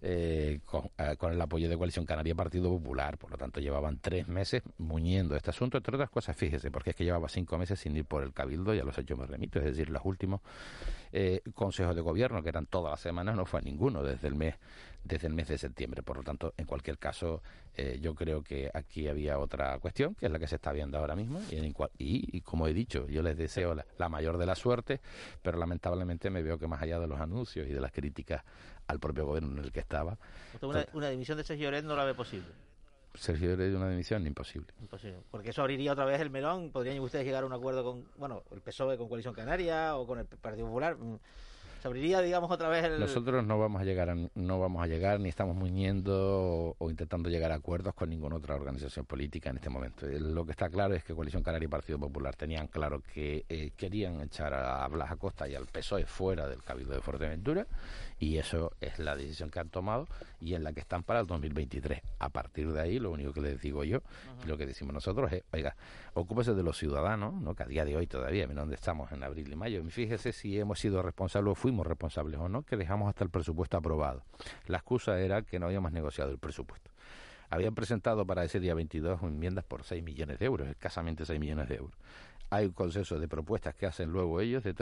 con el apoyo de Coalición Canaria y Partido Popular. Por lo tanto, llevaban 3 meses muñendo este asunto, entre otras cosas, fíjese, porque es que llevaba 5 meses sin ir por el Cabildo, y a los hechos me remito, es decir, los últimos consejos de gobierno, que eran todas las semanas, no fue ninguno desde el mes de septiembre. Por lo tanto, en cualquier caso, yo creo que aquí había otra cuestión, que es la que se está viendo ahora mismo, y como he dicho, yo les deseo la mayor de la suerte, pero lamentablemente me veo que más allá de los anuncios y de las críticas al propio gobierno en el que estaba... Una dimisión de Sergio Lloret no la ve posible. Sergio Lloret, una dimisión, imposible. Porque eso abriría otra vez el melón. ¿Podrían ustedes llegar a un acuerdo con, el PSOE, con Coalición Canaria o con el Partido Popular? ¿Se abriría, digamos, otra vez el...? Nosotros no vamos a llegar, ni estamos muñendo o intentando llegar a acuerdos con ninguna otra organización política en este momento. Lo que está claro es que Coalición Canaria y Partido Popular tenían claro que querían echar a Blas Acosta y al PSOE fuera del Cabildo de Fuerteventura, y eso es la decisión que han tomado y en la que están para el 2023. A partir de ahí, lo único que les digo yo, y lo que decimos nosotros es, oiga, ocúpese de los ciudadanos, ¿no? Que a día de hoy todavía, mira dónde estamos, en abril y mayo. Fíjese si hemos sido responsables o fuimos responsables o no, que dejamos hasta el presupuesto aprobado. La excusa era que no habíamos negociado el presupuesto. Habían presentado para ese día 22 enmiendas por 6 millones de euros, escasamente 6 millones de euros. Hay un consenso de propuestas que hacen luego ellos de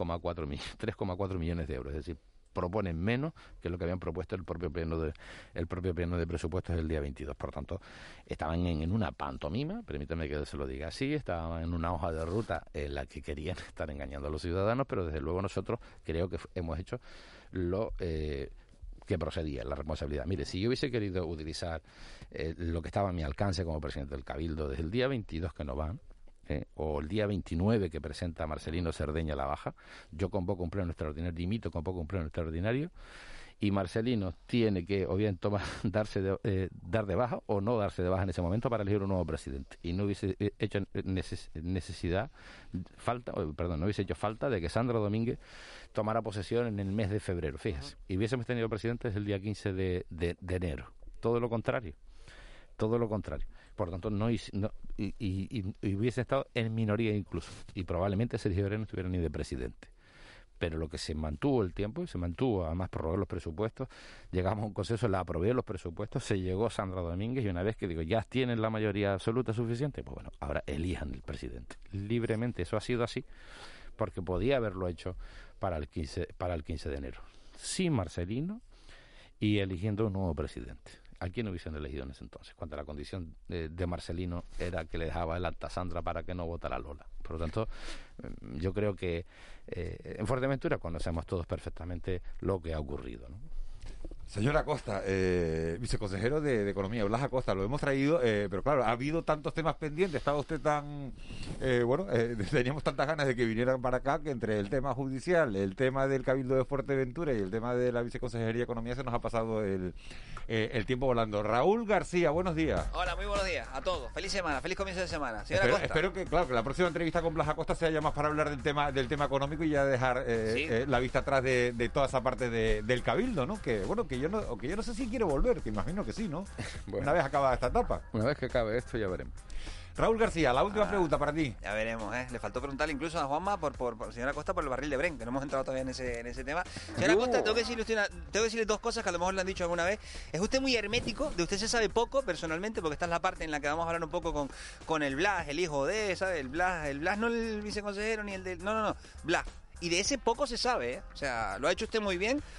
3,4 millones de euros, es decir, proponen menos que lo que habían propuesto el propio pleno de presupuestos del día 22. Por tanto, estaban en una pantomima, permítame que se lo diga así, estaban en una hoja de ruta en la que querían estar engañando a los ciudadanos, pero desde luego nosotros creo que hemos hecho lo que procedía, la responsabilidad. Mire, si yo hubiese querido utilizar lo que estaba a mi alcance como presidente del Cabildo desde el día 22 que no van, o el día 29 que presenta Marcelino Cerdeña la baja, yo convoco un pleno extraordinario, dimito, convoco un pleno extraordinario, y Marcelino tiene que o bien dar de baja o no darse de baja en ese momento para elegir un nuevo presidente. Y no hubiese hecho no hubiese hecho falta de que Sandra Domínguez tomara posesión en el mes de febrero, fíjese. Y hubiésemos tenido presidente desde el día 15 de enero. Todo lo contrario. Por lo tanto, hubiese estado en minoría incluso. Y probablemente Sergio Herrera no estuviera ni de presidente. Pero lo que se mantuvo el tiempo, y se mantuvo, además prorrogó los presupuestos, llegamos a un consenso, la aprobé los presupuestos, se llegó Sandra Domínguez, y una vez que ya tienen la mayoría absoluta suficiente, pues bueno, ahora elijan el presidente. Libremente, eso ha sido así, porque podía haberlo hecho para el 15 de enero. Sin Marcelino y eligiendo un nuevo presidente. ¿A quién hubiesen elegido en ese entonces? Cuando la condición de Marcelino era que le dejaba el acta a Sandra para que no votara Lola. Por lo tanto, yo creo que en Fuerteventura conocemos todos perfectamente lo que ha ocurrido, ¿no? Señora Acosta, viceconsejero de Economía, Blas Acosta, lo hemos traído, pero claro, ha habido tantos temas pendientes, estaba usted tan, teníamos tantas ganas de que vinieran para acá, que entre el tema judicial, el tema del Cabildo de Fuerteventura y el tema de la Viceconsejería de Economía se nos ha pasado el tiempo volando. Raúl García, buenos días. Hola, muy buenos días a todos. Feliz semana, feliz comienzo de semana. Señora Acosta. Espero que, claro, que la próxima entrevista con Blas Acosta sea ya más para hablar del tema económico y ya dejar la vista atrás de toda esa parte del Cabildo, ¿no? Que yo no sé si quiero volver, que imagino que sí, ¿no? Bueno, una vez acabada esta etapa. Una vez que acabe esto ya veremos. Raúl García, la última pregunta para ti. Ya veremos, ¿eh? Le faltó preguntarle incluso a Juanma por señora Costa por el barril de Bren, que no hemos entrado todavía en ese tema. Señora Costa, tengo que decirle dos cosas que a lo mejor le han dicho alguna vez. Es usted muy hermético, de usted se sabe poco personalmente, porque esta es la parte en la que vamos a hablar un poco con el Blas, el hijo de, ¿sabes? El Blas no el viceconsejero ni el del... No, Blas. Y de ese poco se sabe, ¿eh? O sea, ¿lo ha hecho usted muy bien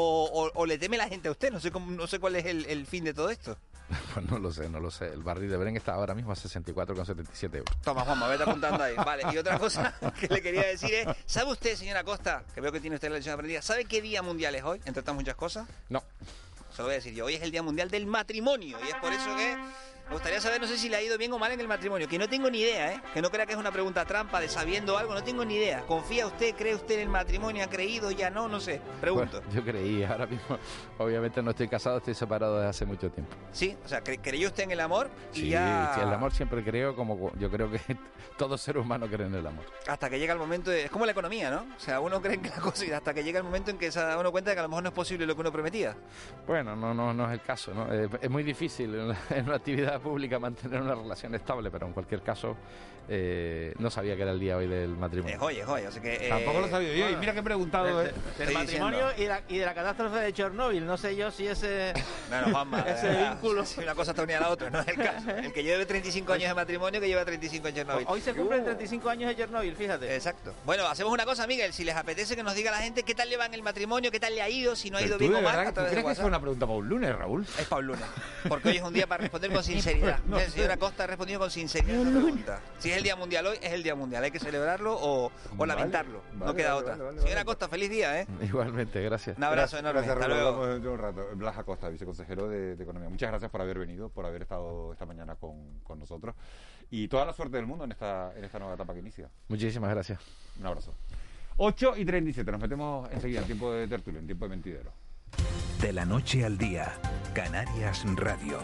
o le teme la gente a usted? No sé cuál es el fin de todo esto. Pues no lo sé. El barril de Bren está ahora mismo a 64,77 euros. Toma, Juanma, vete apuntando ahí. Vale, y otra cosa que le quería decir es, ¿sabe usted, señora Costa, que veo que tiene usted la lección aprendida, ¿sabe qué día mundial es hoy, entre otras muchas cosas? No. Se lo voy a decir yo. Hoy es el Día Mundial del Matrimonio y es por eso que me gustaría saber, no sé si le ha ido bien o mal en el matrimonio, que no tengo ni idea, ¿eh? Que no crea que es una pregunta trampa de sabiendo algo, no tengo ni idea. ¿Confía usted, cree usted en el matrimonio, ha creído, ya no sé? Pregunto. Bueno, yo creí, ahora mismo, obviamente no estoy casado, estoy separado desde hace mucho tiempo. Sí, o sea, ¿creyó usted en el amor? Y sí, ya... sí, el amor siempre creo, como yo creo que todo ser humano cree en el amor. Hasta que llega el momento, es como la economía, ¿no? O sea, uno cree en la cosa y hasta que llega el momento en que se da uno cuenta de que a lo mejor no es posible lo que uno prometía. Bueno, no es el caso, ¿no? Es muy difícil en una actividad pública mantener una relación estable, pero en cualquier caso no sabía que era el día hoy del matrimonio. Es hoy, o sea que... Tampoco lo sabía yo, y mira que he preguntado del matrimonio y de la catástrofe de Chernóbil, no sé yo si ese... Bueno, Juanma, ese vínculo... Si una cosa está unida a la otra, no es el caso. El que lleve 35 años de matrimonio, que lleva 35 en Chernóbil. Hoy se cumplen 35 años de Chernóbil, fíjate. Exacto. Bueno, hacemos una cosa, Miguel, si les apetece que nos diga la gente qué tal le va en el matrimonio, qué tal le ha ido, si no ha ido bien o mal. ¿Tú crees que es una pregunta para un lunes, Raúl? Es para un lunes, porque hoy es un día para responder con sinceridad. El señor Acosta ha respondido con sinceridad esa pregunta. Si es el Día Mundial hoy, es el Día Mundial. Hay que celebrarlo o lamentarlo. No queda otra. Señora Acosta, feliz día, ¿eh? Igualmente, gracias. Un abrazo enorme. Gracias, hasta luego. luego. Dentro de un rato. Blas Acosta, viceconsejero de Economía. Muchas gracias por haber venido, por haber estado esta mañana con nosotros. Y toda la suerte del mundo en esta nueva etapa que inicia. Muchísimas gracias. Un abrazo. 8:37. Nos metemos enseguida en tiempo de tertulia, en tiempo de mentidero. De la noche al día, Canarias Radio.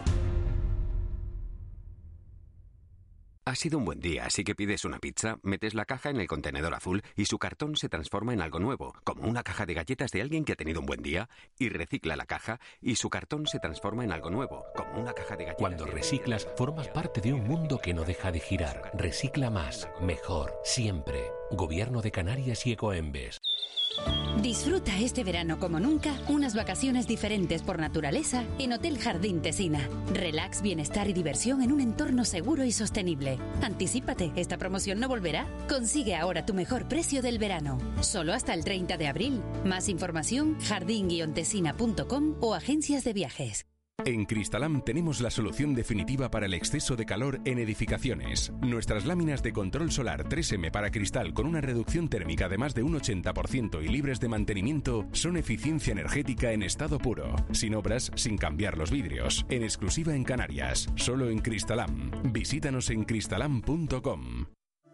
Ha sido un buen día, así que pides una pizza, metes la caja en el contenedor azul y su cartón se transforma en algo nuevo, como una caja de galletas de alguien que ha tenido un buen día, y recicla la caja y su cartón se transforma en algo nuevo, como una caja de galletas. Cuando reciclas, formas parte de un mundo que no deja de girar. Recicla más, mejor, siempre. Gobierno de Canarias y Ecoembes. Disfruta este verano como nunca unas vacaciones diferentes por naturaleza en Hotel Jardín Tesina. Relax, bienestar y diversión en un entorno seguro y sostenible. Anticípate, esta promoción no volverá. Consigue ahora tu mejor precio del verano. Solo hasta el 30 de abril. Más información, jardin-tesina.com o agencias de viajes. En Cristalam tenemos la solución definitiva para el exceso de calor en edificaciones. Nuestras láminas de control solar 3M para cristal con una reducción térmica de más de un 80% y libres de mantenimiento son eficiencia energética en estado puro, sin obras, sin cambiar los vidrios. En exclusiva en Canarias, solo en Cristalam. Visítanos en cristalam.com.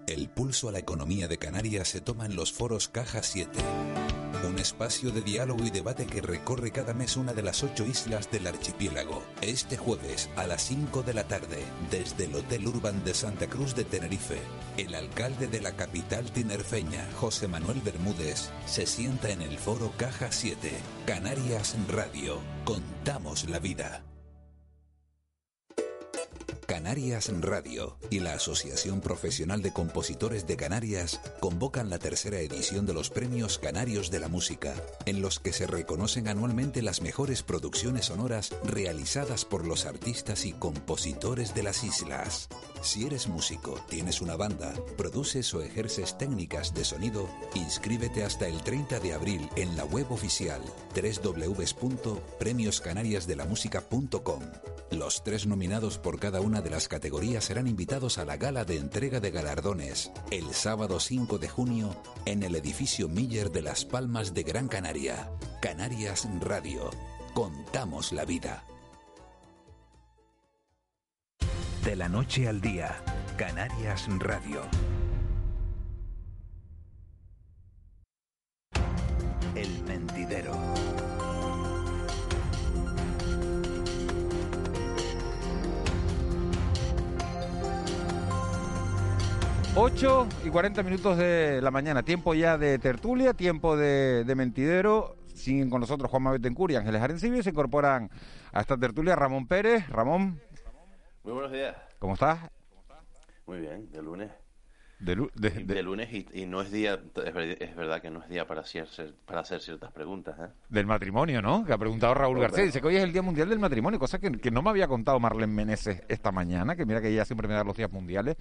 El pulso a la economía de Canarias se toma en los foros Caja 7. Un espacio de diálogo y debate que recorre cada mes una de las 8 islas del archipiélago. Este jueves a las 5 de la tarde, desde el Hotel Urban de Santa Cruz de Tenerife, el alcalde de la capital tinerfeña, José Manuel Bermúdez, se sienta en el foro Caja 7. Canarias Radio. Contamos la vida. Canarias Radio y la Asociación Profesional de Compositores de Canarias convocan la tercera edición de los Premios Canarios de la Música, en los que se reconocen anualmente las mejores producciones sonoras realizadas por los artistas y compositores de las islas. Si eres músico, tienes una banda, produces o ejerces técnicas de sonido, inscríbete hasta el 30 de abril en la web oficial www.premioscanariasdelamusica.com. Los 3 nominados por cada una de las categorías serán invitados a la gala de entrega de galardones el sábado 5 de junio en el edificio Miller de Las Palmas de Gran Canaria. Canarias Radio. Contamos la vida. De la noche al día, Canarias Radio. El Mentidero. 8:40 de la mañana, tiempo ya de tertulia, tiempo de mentidero. Siguen con nosotros Juanma Betancur y Ángeles Arencibia. Se incorporan a esta tertulia Ramón Pérez. Ramón. Muy buenos días. ¿Cómo estás? Muy bien, de lunes. De lunes y no es día, es verdad que no es día para hacer ciertas preguntas, ¿eh? Del matrimonio, ¿no? Que ha preguntado Raúl García. Dice que hoy es el Día Mundial del Matrimonio, cosa que no me había contado Marlene Meneses esta mañana, que mira que ella siempre me da los días mundiales.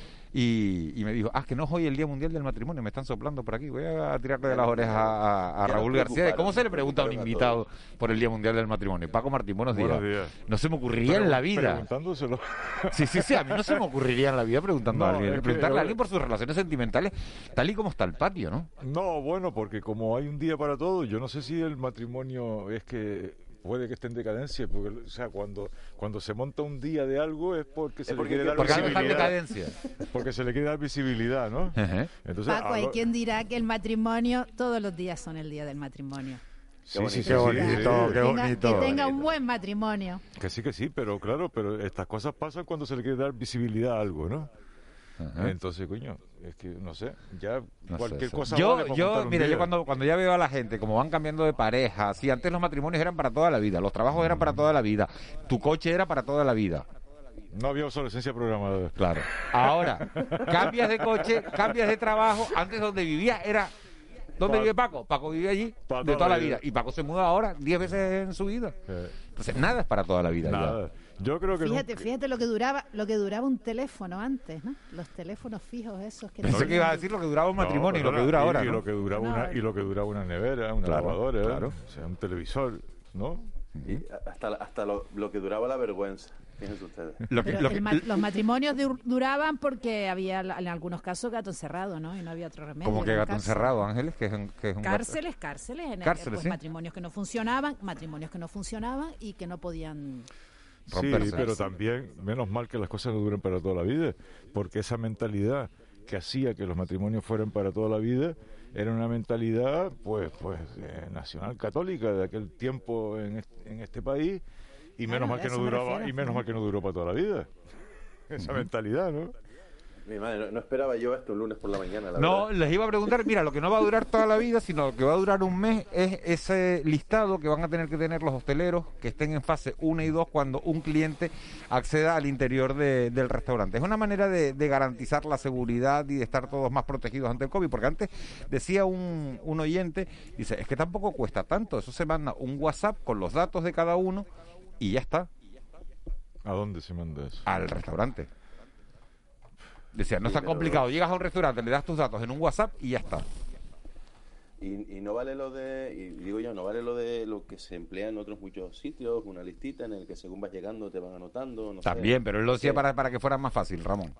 Y me dijo, que no es hoy el Día Mundial del Matrimonio, me están soplando por aquí. Voy a tirarle de las orejas a Raúl García. ¿Cómo se le pregunta a un invitado por el Día Mundial del Matrimonio? Paco Martín, buenos días. No se me ocurriría en la vida. Preguntándoselo. Sí, a mí no se me ocurriría en la vida preguntando a alguien. Preguntarle a alguien por sus relaciones sentimentales, tal y como está el patio, ¿no? No, bueno, porque como hay un día para todo, yo no sé si el matrimonio es que puede que esté en decadencia, porque, o sea, cuando se monta un día de algo es porque se le quiere dar visibilidad. Porque se le quiere dar visibilidad, ¿no? Uh-huh. Entonces, Paco, hay quien dirá que el matrimonio, todos los días son el día del matrimonio. Sí, qué bonito. Que tenga un buen matrimonio. Que sí, pero claro, pero estas cosas pasan cuando se le quiere dar visibilidad a algo, ¿no? Uh-huh. Entonces, coño, es que no sé, ya no cualquier cosa vale para yo cuando ya veo a la gente como van cambiando de pareja, si antes los matrimonios eran para toda la vida, los trabajos eran para toda la vida, tu coche era para toda la vida. No había obsolescencia programada. Claro. Ahora, cambias de coche, cambias de trabajo, antes donde vivías era... ¿Dónde vive Paco? Paco vive allí de toda la vida. Y Paco se muda ahora 10 veces en su vida. Entonces, nada es para toda la vida. Nada. Ya. Yo creo que fíjate lo que duraba un teléfono antes, ¿no? Los teléfonos fijos esos que pensé que iba a decir lo que duraba un matrimonio y lo que dura ahora, ¿no? Lo que duraba una nevera, una lavadora, o sea, un televisor, ¿no? Y hasta lo que duraba la vergüenza. Fíjense ustedes. Los matrimonios duraban porque había en algunos casos gato encerrado, ¿no? Y no había otro remedio. ¿Cómo que gato encerrado, Ángeles? Que es un cárceles. Pues, ¿sí? matrimonios que no funcionaban y que no podían romperse. Sí, pero también, menos mal que las cosas no duren para toda la vida, porque esa mentalidad que hacía que los matrimonios fueran para toda la vida era una mentalidad pues nacional católica de aquel tiempo en este país, y menos mal que no duraba, y menos mal que no duró para toda la vida esa mentalidad, ¿no? Mi madre, no esperaba yo esto un lunes por la mañana, la No, verdad. les iba a preguntar, mira, lo que no va a durar toda la vida, sino lo que va a durar un mes, es ese listado que van a tener que tener los hosteleros que estén en fase 1 y 2 cuando un cliente acceda al interior del restaurante. Es una manera de garantizar la seguridad y de estar todos más protegidos ante el COVID, porque antes decía un oyente, dice, es que tampoco cuesta tanto, eso se manda un WhatsApp con los datos de cada uno y ya está. ¿A dónde se manda eso? Al restaurante. Decía, no es tan complicado, llegas a un restaurante, le das tus datos en un WhatsApp y ya está. Y no vale lo de lo que se emplea en otros muchos sitios, una listita en el que según vas llegando te van anotando, no también, sé. Pero él lo decía para que fuera más fácil, Ramón.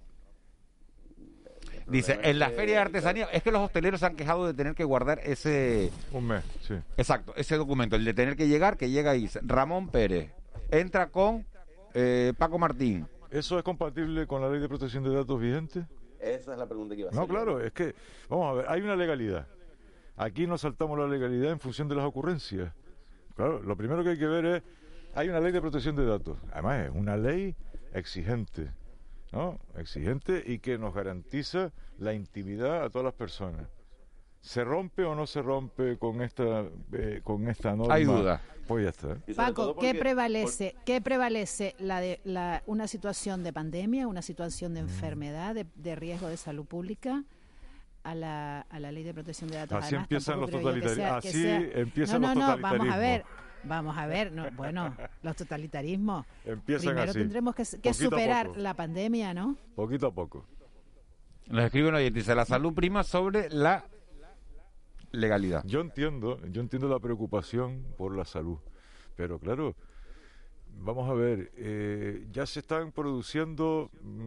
Dice, en la feria de artesanía, es que los hosteleros se han quejado de tener que guardar ese... Un mes, sí. Exacto, ese documento, el de tener que llegar, que llega y dice, Ramón Pérez, entra con Paco Martín. ¿Eso es compatible con la ley de protección de datos vigente? Esa es la pregunta que iba a hacer. No, claro, es que, vamos a ver, hay una legalidad. Aquí nos saltamos la legalidad en función de las ocurrencias. Claro, lo primero que hay que ver es, hay una ley de protección de datos. Además, es una ley exigente, ¿no? Exigente y que nos garantiza la intimidad a todas las personas. ¿Se rompe o no se rompe con esta norma? Hay duda. Pues ya está. Paco, ¿qué prevalece? ¿Qué prevalece? Una situación de pandemia, una situación de enfermedad, de riesgo de salud pública, a la ley de protección de datos. Así Además, empiezan los totalitarismos. Así empiezan los totalitarismos. Vamos a ver, bueno, los totalitarismos. Empiezan Primero así. tendremos que Poquito superar a poco. la pandemia, ¿no? Poquito a poco. Nos escribe un oyente, dice, la salud prima sobre la legalidad. Yo entiendo la preocupación por la salud, pero claro, vamos a ver, ya se están produciendo,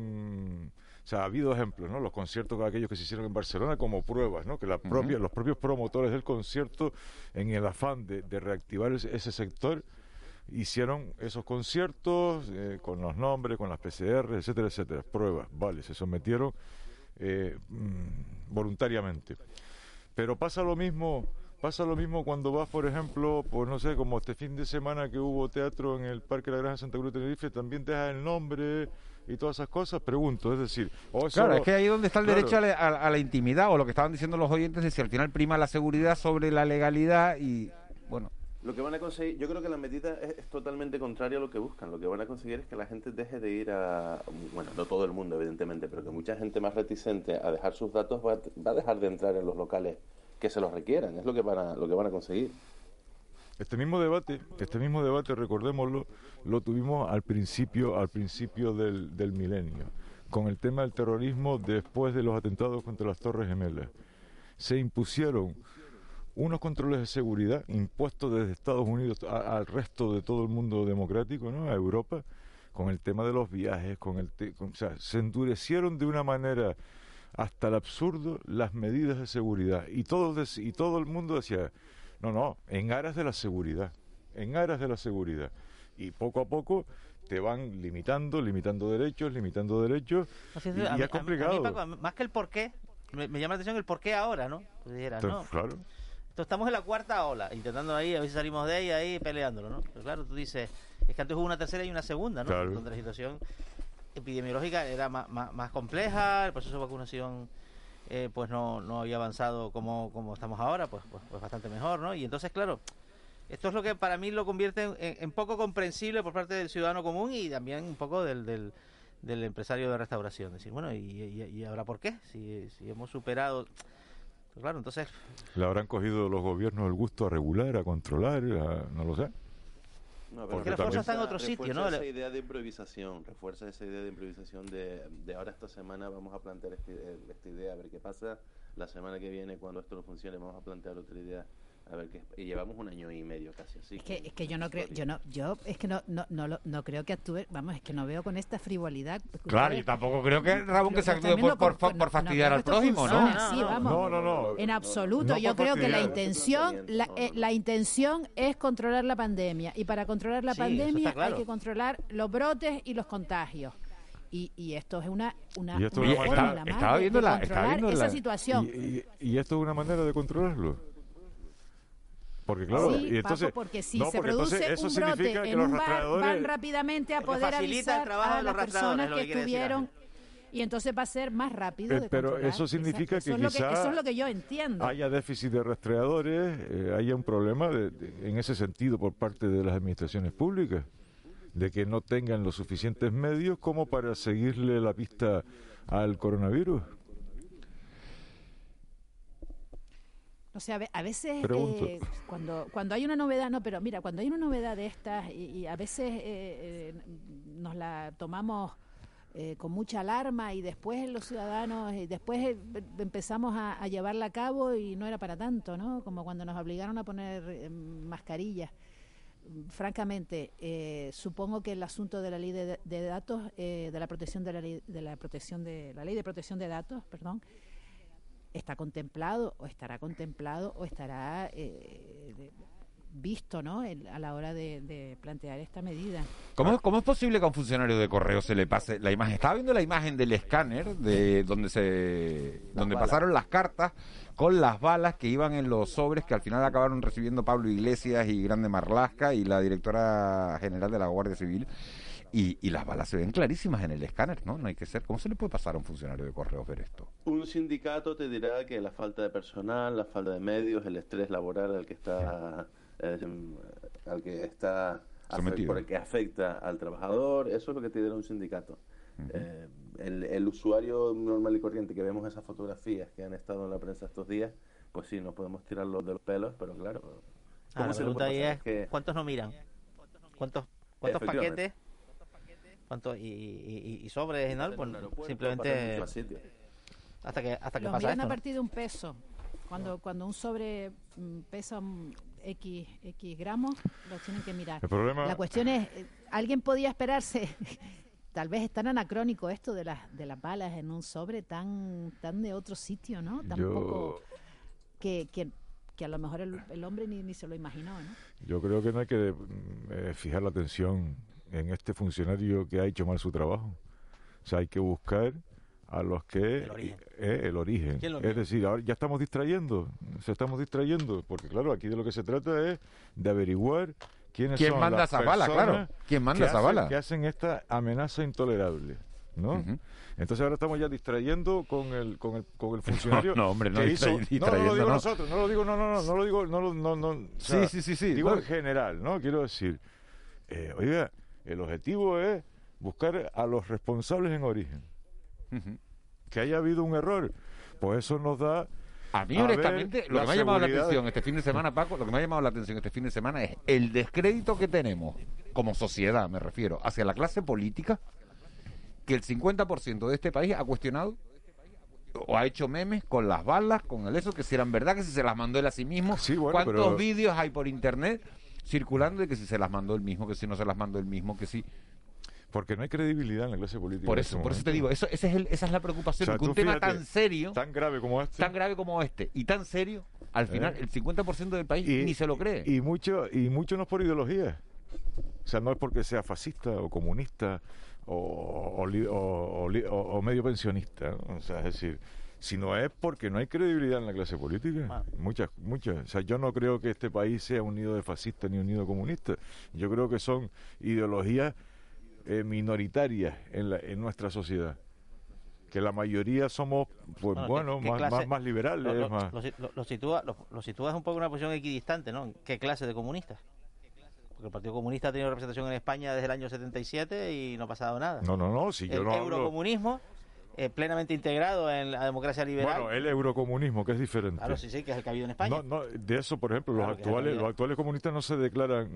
o sea, ha habido ejemplos, ¿no? Los conciertos, aquellos que se hicieron en Barcelona como pruebas, ¿no? Que los propios promotores del concierto, en el afán de reactivar ese sector, hicieron esos conciertos con los nombres, con las PCR, etcétera, etcétera, pruebas, vale, se sometieron voluntariamente. Pero pasa lo mismo cuando vas, por ejemplo, pues no sé, como este fin de semana que hubo teatro en el Parque de la Granja Santa Cruz de Tenerife, también dejas el nombre y todas esas cosas, pregunto, es decir... Claro, es que ahí es donde está el derecho a la intimidad, o lo que estaban diciendo los oyentes, de si al final prima la seguridad sobre la legalidad y, bueno... Lo que van a conseguir, yo creo que la medida es totalmente contraria a lo que buscan. Lo que van a conseguir es que la gente deje de ir bueno, no todo el mundo evidentemente, pero que mucha gente más reticente a dejar sus datos va a dejar de entrar en los locales que se los requieran. Es lo que van a conseguir. Este mismo debate, recordémoslo, lo tuvimos al principio del milenio, con el tema del terrorismo después de los atentados contra las Torres Gemelas. Se impusieron unos controles de seguridad impuestos desde Estados Unidos al resto de todo el mundo democrático, ¿no? A Europa, con el tema de los viajes, o sea, se endurecieron de una manera hasta el absurdo las medidas de seguridad y todo el mundo decía, no, en aras de la seguridad, y poco a poco te van limitando derechos, y es complicado. A mí, Paco, más que el porqué, me llama la atención el porqué ahora, ¿no? Pues dijera, Entonces, claro. Entonces, estamos en la cuarta ola, intentando ahí, a ver si salimos de ella, ahí peleándolo, ¿no? Pero claro, tú dices, es que antes hubo una tercera y una segunda, ¿no? Claro. Donde la situación epidemiológica era más compleja, el proceso de vacunación pues no había avanzado como estamos ahora, pues bastante mejor, ¿no? Y entonces, claro, esto es lo que para mí lo convierte en poco comprensible por parte del ciudadano común y también un poco del empresario de restauración. Decir, bueno, ¿y ahora por qué? Si hemos superado... Claro, entonces... ¿Le habrán cogido los gobiernos el gusto a regular, a controlar? No lo sé. No, porque la fuerza está en otro sitio, ¿no? Refuerza esa idea de improvisación, de ahora esta semana vamos a plantear esta idea, a ver qué pasa. La semana que viene, cuando esto no funcione, vamos a plantear otra idea. A ver qué, y llevamos un año y medio casi así. Es que yo no creo, no creo que actúe, vamos, es que no veo con esta frivolidad. Claro, yo tampoco creo que Ramón que se actúe por fastidiar al prójimo, ¿no? Así, vamos. No. En absoluto. Yo creo que la intención es controlar la pandemia y para controlar la pandemia hay que controlar los brotes y los contagios. Y esto es una fórmula más de controlar esa situación. Y esto es una manera de controlarlo. Porque claro, sí, y entonces, Paco, porque si se produce un brote en un bar, van rápidamente a poder avisar a las personas que estuvieron y entonces va a ser más rápido de pero controlar. eso significa que eso quizás es lo que yo entiendo. Haya déficit de rastreadores, haya un problema en ese sentido por parte de las administraciones públicas, de que no tengan los suficientes medios como para seguirle la pista al coronavirus. O sea, a veces cuando hay una novedad, cuando hay una novedad de estas y a veces nos la tomamos con mucha alarma y después los ciudadanos, y después empezamos a llevarla a cabo y no era para tanto, ¿no? Como cuando nos obligaron a poner mascarillas. Francamente, supongo que el asunto de la ley de datos, de la protección de la ley de protección de datos, perdón, está contemplado o estará visto, ¿no? A la hora de plantear esta medida. ¿Cómo es posible que a un funcionario de correo se le pase la imagen? Estaba viendo la imagen del escáner de donde pasaron las cartas con las balas que iban en los sobres que al final acabaron recibiendo Pablo Iglesias y Grande Marlaska y la directora general de la Guardia Civil. Y las balas se ven clarísimas en el escáner, ¿no? No hay que ser. ¿Cómo se le puede pasar a un funcionario de correos ver esto? Un sindicato te dirá que la falta de personal, la falta de medios, el estrés laboral al que está sometido, por el que afecta al trabajador, eso es lo que te dirá un sindicato. El usuario normal y corriente que vemos esas fotografías que han estado en la prensa estos días, pues sí, nos podemos tirar los de los pelos, pero claro. La pregunta ahí es, ¿cuántos no miran? ¿Cuántos paquetes? ¿Cuántos y sobres y tal? Pues simplemente hasta que pasa miran esto, a partir de un peso. Cuando un sobre pesa X gramos, los tienen que mirar. La cuestión es, ¿alguien podía esperarse? Tal vez es tan anacrónico esto de las balas en un sobre tan de otro sitio, ¿no? Poco que a lo mejor el hombre ni se lo imaginó, ¿no? Yo creo que no hay que fijar la atención en este funcionario que ha hecho mal su trabajo. O sea, hay que buscar a los que el origen. Es decir, ahora ya estamos distrayendo, porque claro, aquí de lo que se trata es de averiguar quién son manda las esa bala, claro. ¿Quién manda esa bala? Que hacen esta amenaza intolerable, ¿no? Entonces ahora estamos ya distrayendo con el funcionario. No, hombre, no distrayendo. No lo digo nosotros, no lo digo, no. O sea, sí. Digo en general, ¿no? Quiero decir, oiga, el objetivo es buscar a los responsables en origen. Que haya habido un error, pues eso nos da. A mí, honestamente, lo que me ha llamado la atención este fin de semana, Paco, es el descrédito que tenemos como sociedad, me refiero, hacia la clase política, que el 50% de este país ha cuestionado o ha hecho memes con las balas, con el eso, que si eran verdad, que si se las mandó él a sí mismo. Sí, bueno, ¿cuántos vídeos hay por internet circulando de que si se las mandó él mismo, que si no se las mandó él mismo, que si... Porque no hay credibilidad en la clase política. Por eso te digo, esa es la preocupación. O sea, que un tema tan serio, tan grave como este y tan serio, al final el 50% del país ni se lo cree. Y mucho no es por ideología. O sea, no es porque sea fascista o comunista o medio pensionista, ¿no? O sea, es decir, sino es porque no hay credibilidad en la clase política. Muchas. O sea, yo no creo que este país sea un nido de fascistas ni un nido comunista. Yo creo que son ideologías minoritarias en nuestra sociedad, que la mayoría somos más liberales. Lo sitúas un poco en una posición equidistante, ¿no? ¿Qué clase de comunistas? Porque el Partido Comunista ha tenido representación en España desde el año 77 y no ha pasado nada. No, si yo no hablo... eurocomunismo plenamente integrado en la democracia liberal. Bueno, el eurocomunismo, que es diferente. Claro, sí, que es el que ha habido en España. No, de eso, por ejemplo, los actuales comunistas no se declaran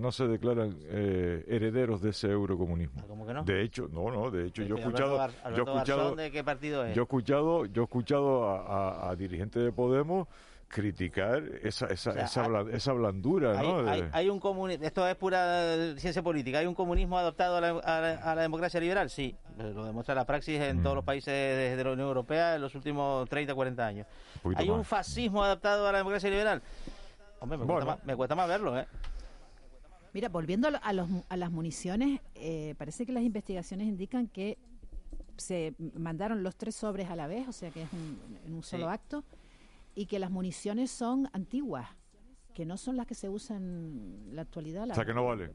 herederos de ese eurocomunismo. ¿Cómo que no? De hecho, yo he escuchado ¿de qué partido es? Yo he escuchado a dirigentes de Podemos criticar esa blandura, ¿no? Hay un comunismo, esto es pura ciencia política, ¿hay un comunismo adaptado a la democracia liberal? Sí, lo demuestra la praxis en todos los países de la Unión Europea en los últimos 30, 40 años. ¿Hay un fascismo adaptado a la democracia liberal? Hombre, me cuesta más verlo, ¿eh? Mira, volviendo a las municiones, parece que las investigaciones indican que se mandaron los 3 sobres a la vez, o sea que es en un solo acto, y que las municiones son antiguas, que no son las que se usan en la actualidad. O sea, que no vale.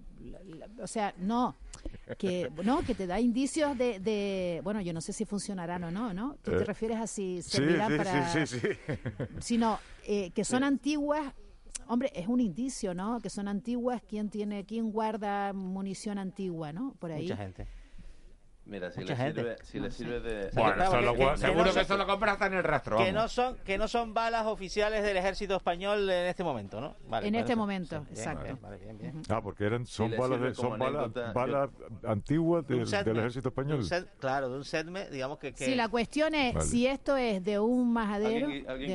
Que te da indicios de bueno, yo no sé si funcionarán o no. ¿Tú te refieres a si servirán para...? Sí. Sino que son antiguas. Hombre, es un indicio, ¿no? Que son antiguas. ¿Quién guarda munición antigua, no? Por ahí. Mucha gente. Mira, si le sirve de... Bueno, seguro que eso lo compras hasta en el rastro. Que no son balas oficiales del ejército español en este momento, ¿no? Vale, en este momento, exacto. Bien. Porque son balas antiguas del ejército español. De un SEDME, digamos que... Sí, la cuestión es si esto es de un majadero,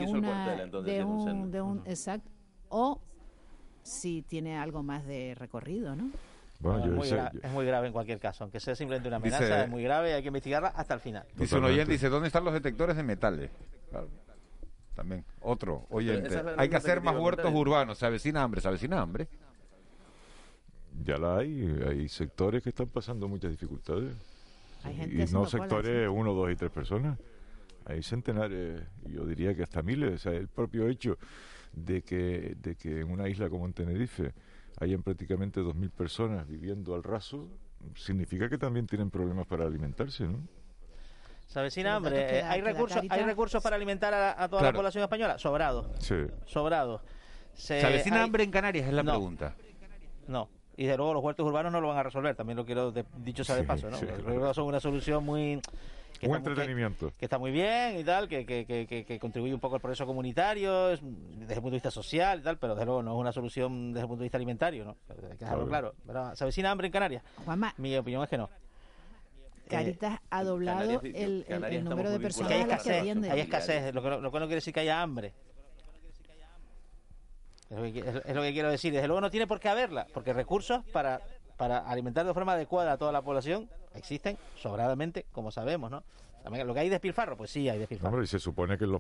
exacto, o si tiene algo más de recorrido, ¿no? Bueno, es muy grave en cualquier caso, aunque sea simplemente una amenaza, es muy grave y hay que investigarla hasta el final. Dice un oyente, ¿dónde están los detectores de metales? Claro. También, otro oyente. Hay que hacer más huertos urbanos, se avecina hambre. ya la hay sectores que están pasando muchas dificultades. Hay gente Y no haciendo sectores colas, 1, 2 y 3 personas. Hay centenares, yo diría que hasta miles. O sea, el propio hecho de que en una isla como en Tenerife hayan prácticamente 2.000 personas viviendo al raso, significa que también tienen problemas para alimentarse, ¿no? Se avecina Los hambre. datos que da- ¿Hay que da recursos Cáritas. para alimentar a toda Claro. la población española? Sobrados. Sí. Sobrados. ¿Se avecina hay- hambre en Canarias? Es la No. pregunta. No. Y de luego los huertos urbanos no lo van a resolver, también lo quiero dicho sea de Sí, paso, ¿no? sí. Los huertos son una solución muy... que Un está muy- entretenimiento. que está muy bien y tal, que contribuye un poco al progreso comunitario, desde el punto de vista social y tal, pero desde luego no es una solución desde el punto de vista alimentario, ¿no? Hay que dejarlo claro. ¿Verdad? ¿Se avecina hambre en Canarias? Juanma, Mi opinión es que no. Cáritas ha doblado Canarias- el Canarias número de estamos muy personas Porque hay a las que escasez, atienden. hay escasez, lo que no quiere decir que haya hambre. Es lo que quiero decir. Desde luego no tiene por qué haberla, porque recursos para alimentar de forma adecuada a toda la población existen sobradamente, como sabemos, ¿no? También, lo que hay despilfarro, pues sí hay despilfarro. Hombre, y se supone que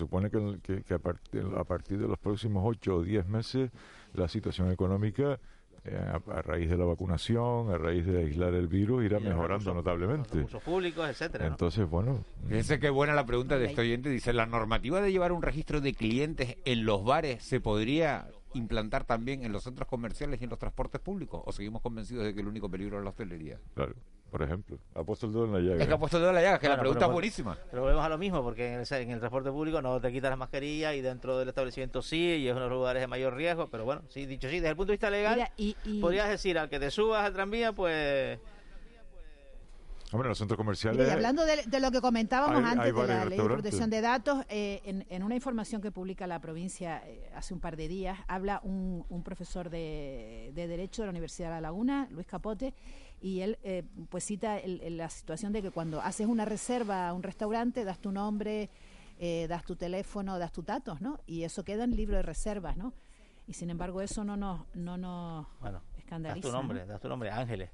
a partir de los próximos 8 o 10 meses la situación económica, a raíz de la vacunación, a raíz de aislar el virus, irá mejorando notablemente. Recursos públicos, etcétera, ¿no? Entonces, bueno, Fíjense qué buena la pregunta de este oyente. Dice, ¿la normativa de llevar un registro de clientes en los bares se podría implantar también en los centros comerciales y en los transportes públicos? ¿O seguimos convencidos de que el único peligro es la hostelería? claro, por ejemplo, ha puesto el dedo en la llaga. Es que ha puesto el dedo en la llaga, que la Bueno, pregunta pero- es buenísima. Pero volvemos a lo mismo, porque en el transporte público no te quitas las mascarillas y dentro del establecimiento sí, y es uno de los lugares de mayor riesgo, pero bueno, sí, dicho sí, desde el punto de vista legal, Mira, y- podrías decir al que te subas al tranvía, pues... Hombre, en los centros comerciales... Mire, y hablando de lo que comentábamos hay antes de bares y la ley de restaurantes. protección de datos, en una información que publica la provincia hace un par de días, habla un profesor de Derecho de la Universidad de La Laguna, Luis Capote, y él pues cita la situación de que cuando haces una reserva a un restaurante, das tu nombre, das tu teléfono, das tus datos, ¿no? Y eso queda en el libro de reservas, ¿no? Y sin embargo eso no nos Bueno, escandaliza. das tu nombre, Ángeles.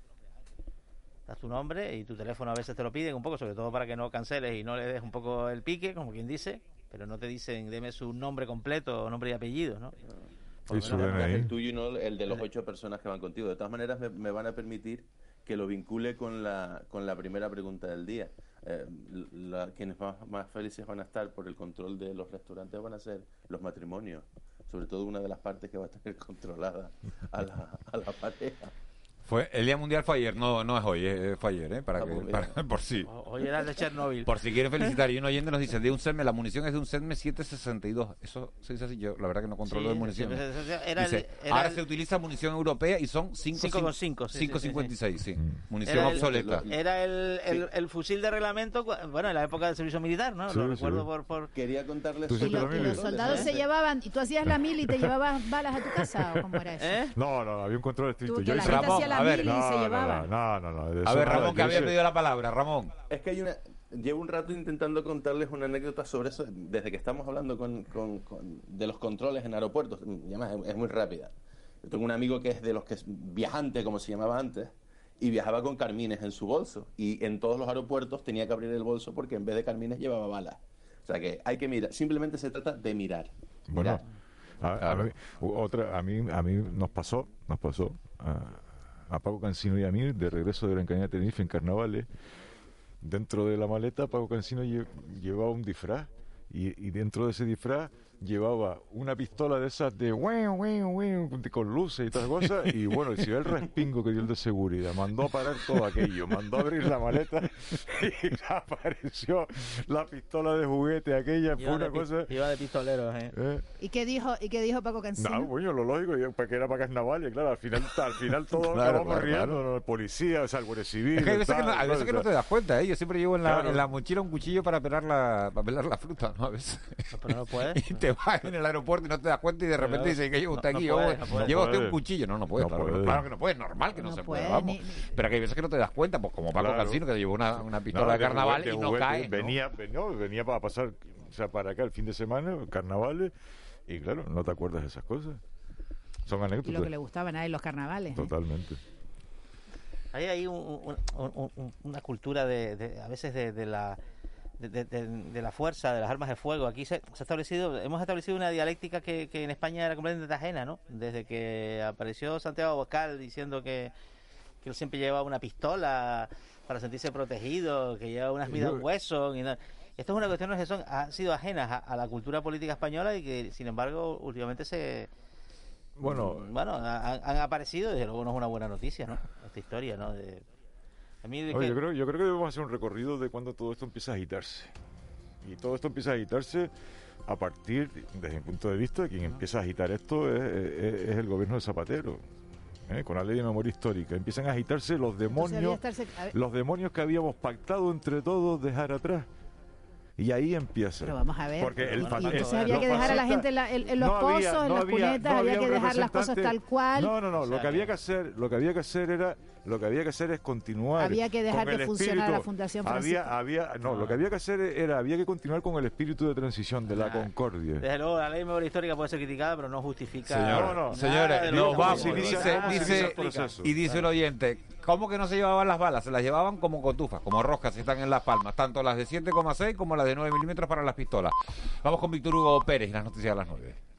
Das tu nombre y tu teléfono a veces te lo piden un poco, sobre todo para que no canceles y no le des un poco el pique, como quien dice, pero no te dicen, deme su nombre completo, nombre y apellido, ¿no? Por lo Sí, su menos- DNI. El tuyo y no el de los 8 personas que van contigo. De todas maneras, me van a permitir que lo vincule con la primera pregunta del día. Quienes más felices van a estar por el control de los restaurantes van a ser los matrimonios. Sobre todo una de las partes que va a tener controlada a la pareja. El Día Mundial fue ayer, no es hoy, fue ayer, por si. Hoy era el de Chernobyl. Por si quiere felicitar. Y un oyente nos dice, de un SEDME, la munición es de un SEDME 762. Eso se dice así, yo la verdad que no controlo Sí, de munición. era Dice, el- ahora se utiliza munición europea y son 5,5, sí, 5,56, sí. Mm. Munición Era el- obsoleta. Era el fusil de reglamento, bueno, en la época del servicio militar, ¿no? Sí, Lo sí. recuerdo por... Quería contarles... ¿Tú Y, hiciste la y mili? los soldados se llevaban, y tú hacías la mili y te llevabas balas a tu casa, ¿o cómo era eso? No, había un control estricto. Tú, que Yo la hice- gente hacía la a ver, mili y se llevaba. No. de A eso ver, nada, Ramón, que yo había hice- pedido la palabra. Ramón. Es que llevo un rato intentando contarles una anécdota sobre eso, desde que estamos hablando de los controles en aeropuertos. Y además es muy rápida. Yo tengo un amigo que es de los que es viajante, como se llamaba antes, y viajaba con carmines en su bolso. Y en todos los aeropuertos tenía que abrir el bolso porque en vez de carmines llevaba balas. O sea que hay que mirar. Simplemente se trata de mirar. Bueno, Mirar. a mí nos pasó a Paco Cancino y a mí, de regreso de Gran Canaria a Tenerife en carnavales. Dentro de la maleta, Paco Cancino llevaba un disfraz y dentro de ese disfraz llevaba una pistola de esas de con luces y todas cosas, y bueno, si ve el respingo que dio el de seguridad, mandó a parar todo aquello, mandó a abrir la maleta y apareció la pistola de juguete aquella, fue una cosa... Iba de pistoleros, ¿Y qué dijo Paco Cancino? No, bueno, lo lógico, que era para carnaval, y claro, al final todo Claro, acabamos claro, riendo, claro. ¿no? El policía, o sea, el guardia civil... Es que hay veces, tal, que no te das cuenta, ¿eh? Yo siempre llevo en la, Claro. en la mochila un cuchillo para pelar la fruta, ¿no? A veces. Pero no puedes. Y te vas en el aeropuerto y no te das cuenta y de repente Claro. dices que llevo usted No aquí, puede, no puede. lleva usted No un puede. cuchillo. No puede, No claro, puede. claro que no puede, es normal que no, No se puede, puede, vamos. ni- Pero que hay veces que no te das cuenta, pues como Paco Claro. Cancino, que llevó una pistola No, de carnaval juguete, y no juguete, cae. ¿no? venía para pasar, o sea, para acá el fin de semana, carnavales, y claro, no te acuerdas de esas cosas. Son Y lo anécdotas. que le gustaban a él los carnavales. Totalmente. Hay ahí una cultura a veces de de la fuerza, de las armas de fuego. Aquí hemos establecido una dialéctica que en España era completamente ajena, ¿no? Desde que apareció Santiago Abascal diciendo que él siempre llevaba una pistola para sentirse protegido, que llevaba unas Smith & Wesson. Esto es una cuestión que han sido ajenas a la cultura política española y que, sin embargo, últimamente han aparecido, y desde luego no es una buena noticia, ¿no? Esta historia, ¿no? Yo creo que debemos hacer un recorrido de cuando todo esto empieza a agitarse. Y todo esto empieza a agitarse a partir, desde mi punto de vista, quien empieza a agitar esto es el gobierno de Zapatero. Con la ley de memoria histórica. Empiezan a agitarse los demonios que habíamos pactado entre todos dejar atrás. Y ahí empieza. Pero vamos a ver. Porque entonces había que dejar a la gente en los pozos, en las cunetas, había que dejar las cosas tal cual. No. Lo que había que hacer es continuar. Había que dejar que funcionara la Fundación Francisco. Lo que había que hacer había que continuar con el espíritu de transición, de la concordia. Desde luego, la ley de memoria histórica puede ser criticada, pero no justifica. Señores, nos vamos. Y dice el oyente, ¿cómo que no se llevaban las balas? Se las llevaban como cotufas, como roscas, si están en las palmas, tanto las de 7,6 como las de 9 milímetros para las pistolas. Vamos con Víctor Hugo Pérez y las noticias a las 9.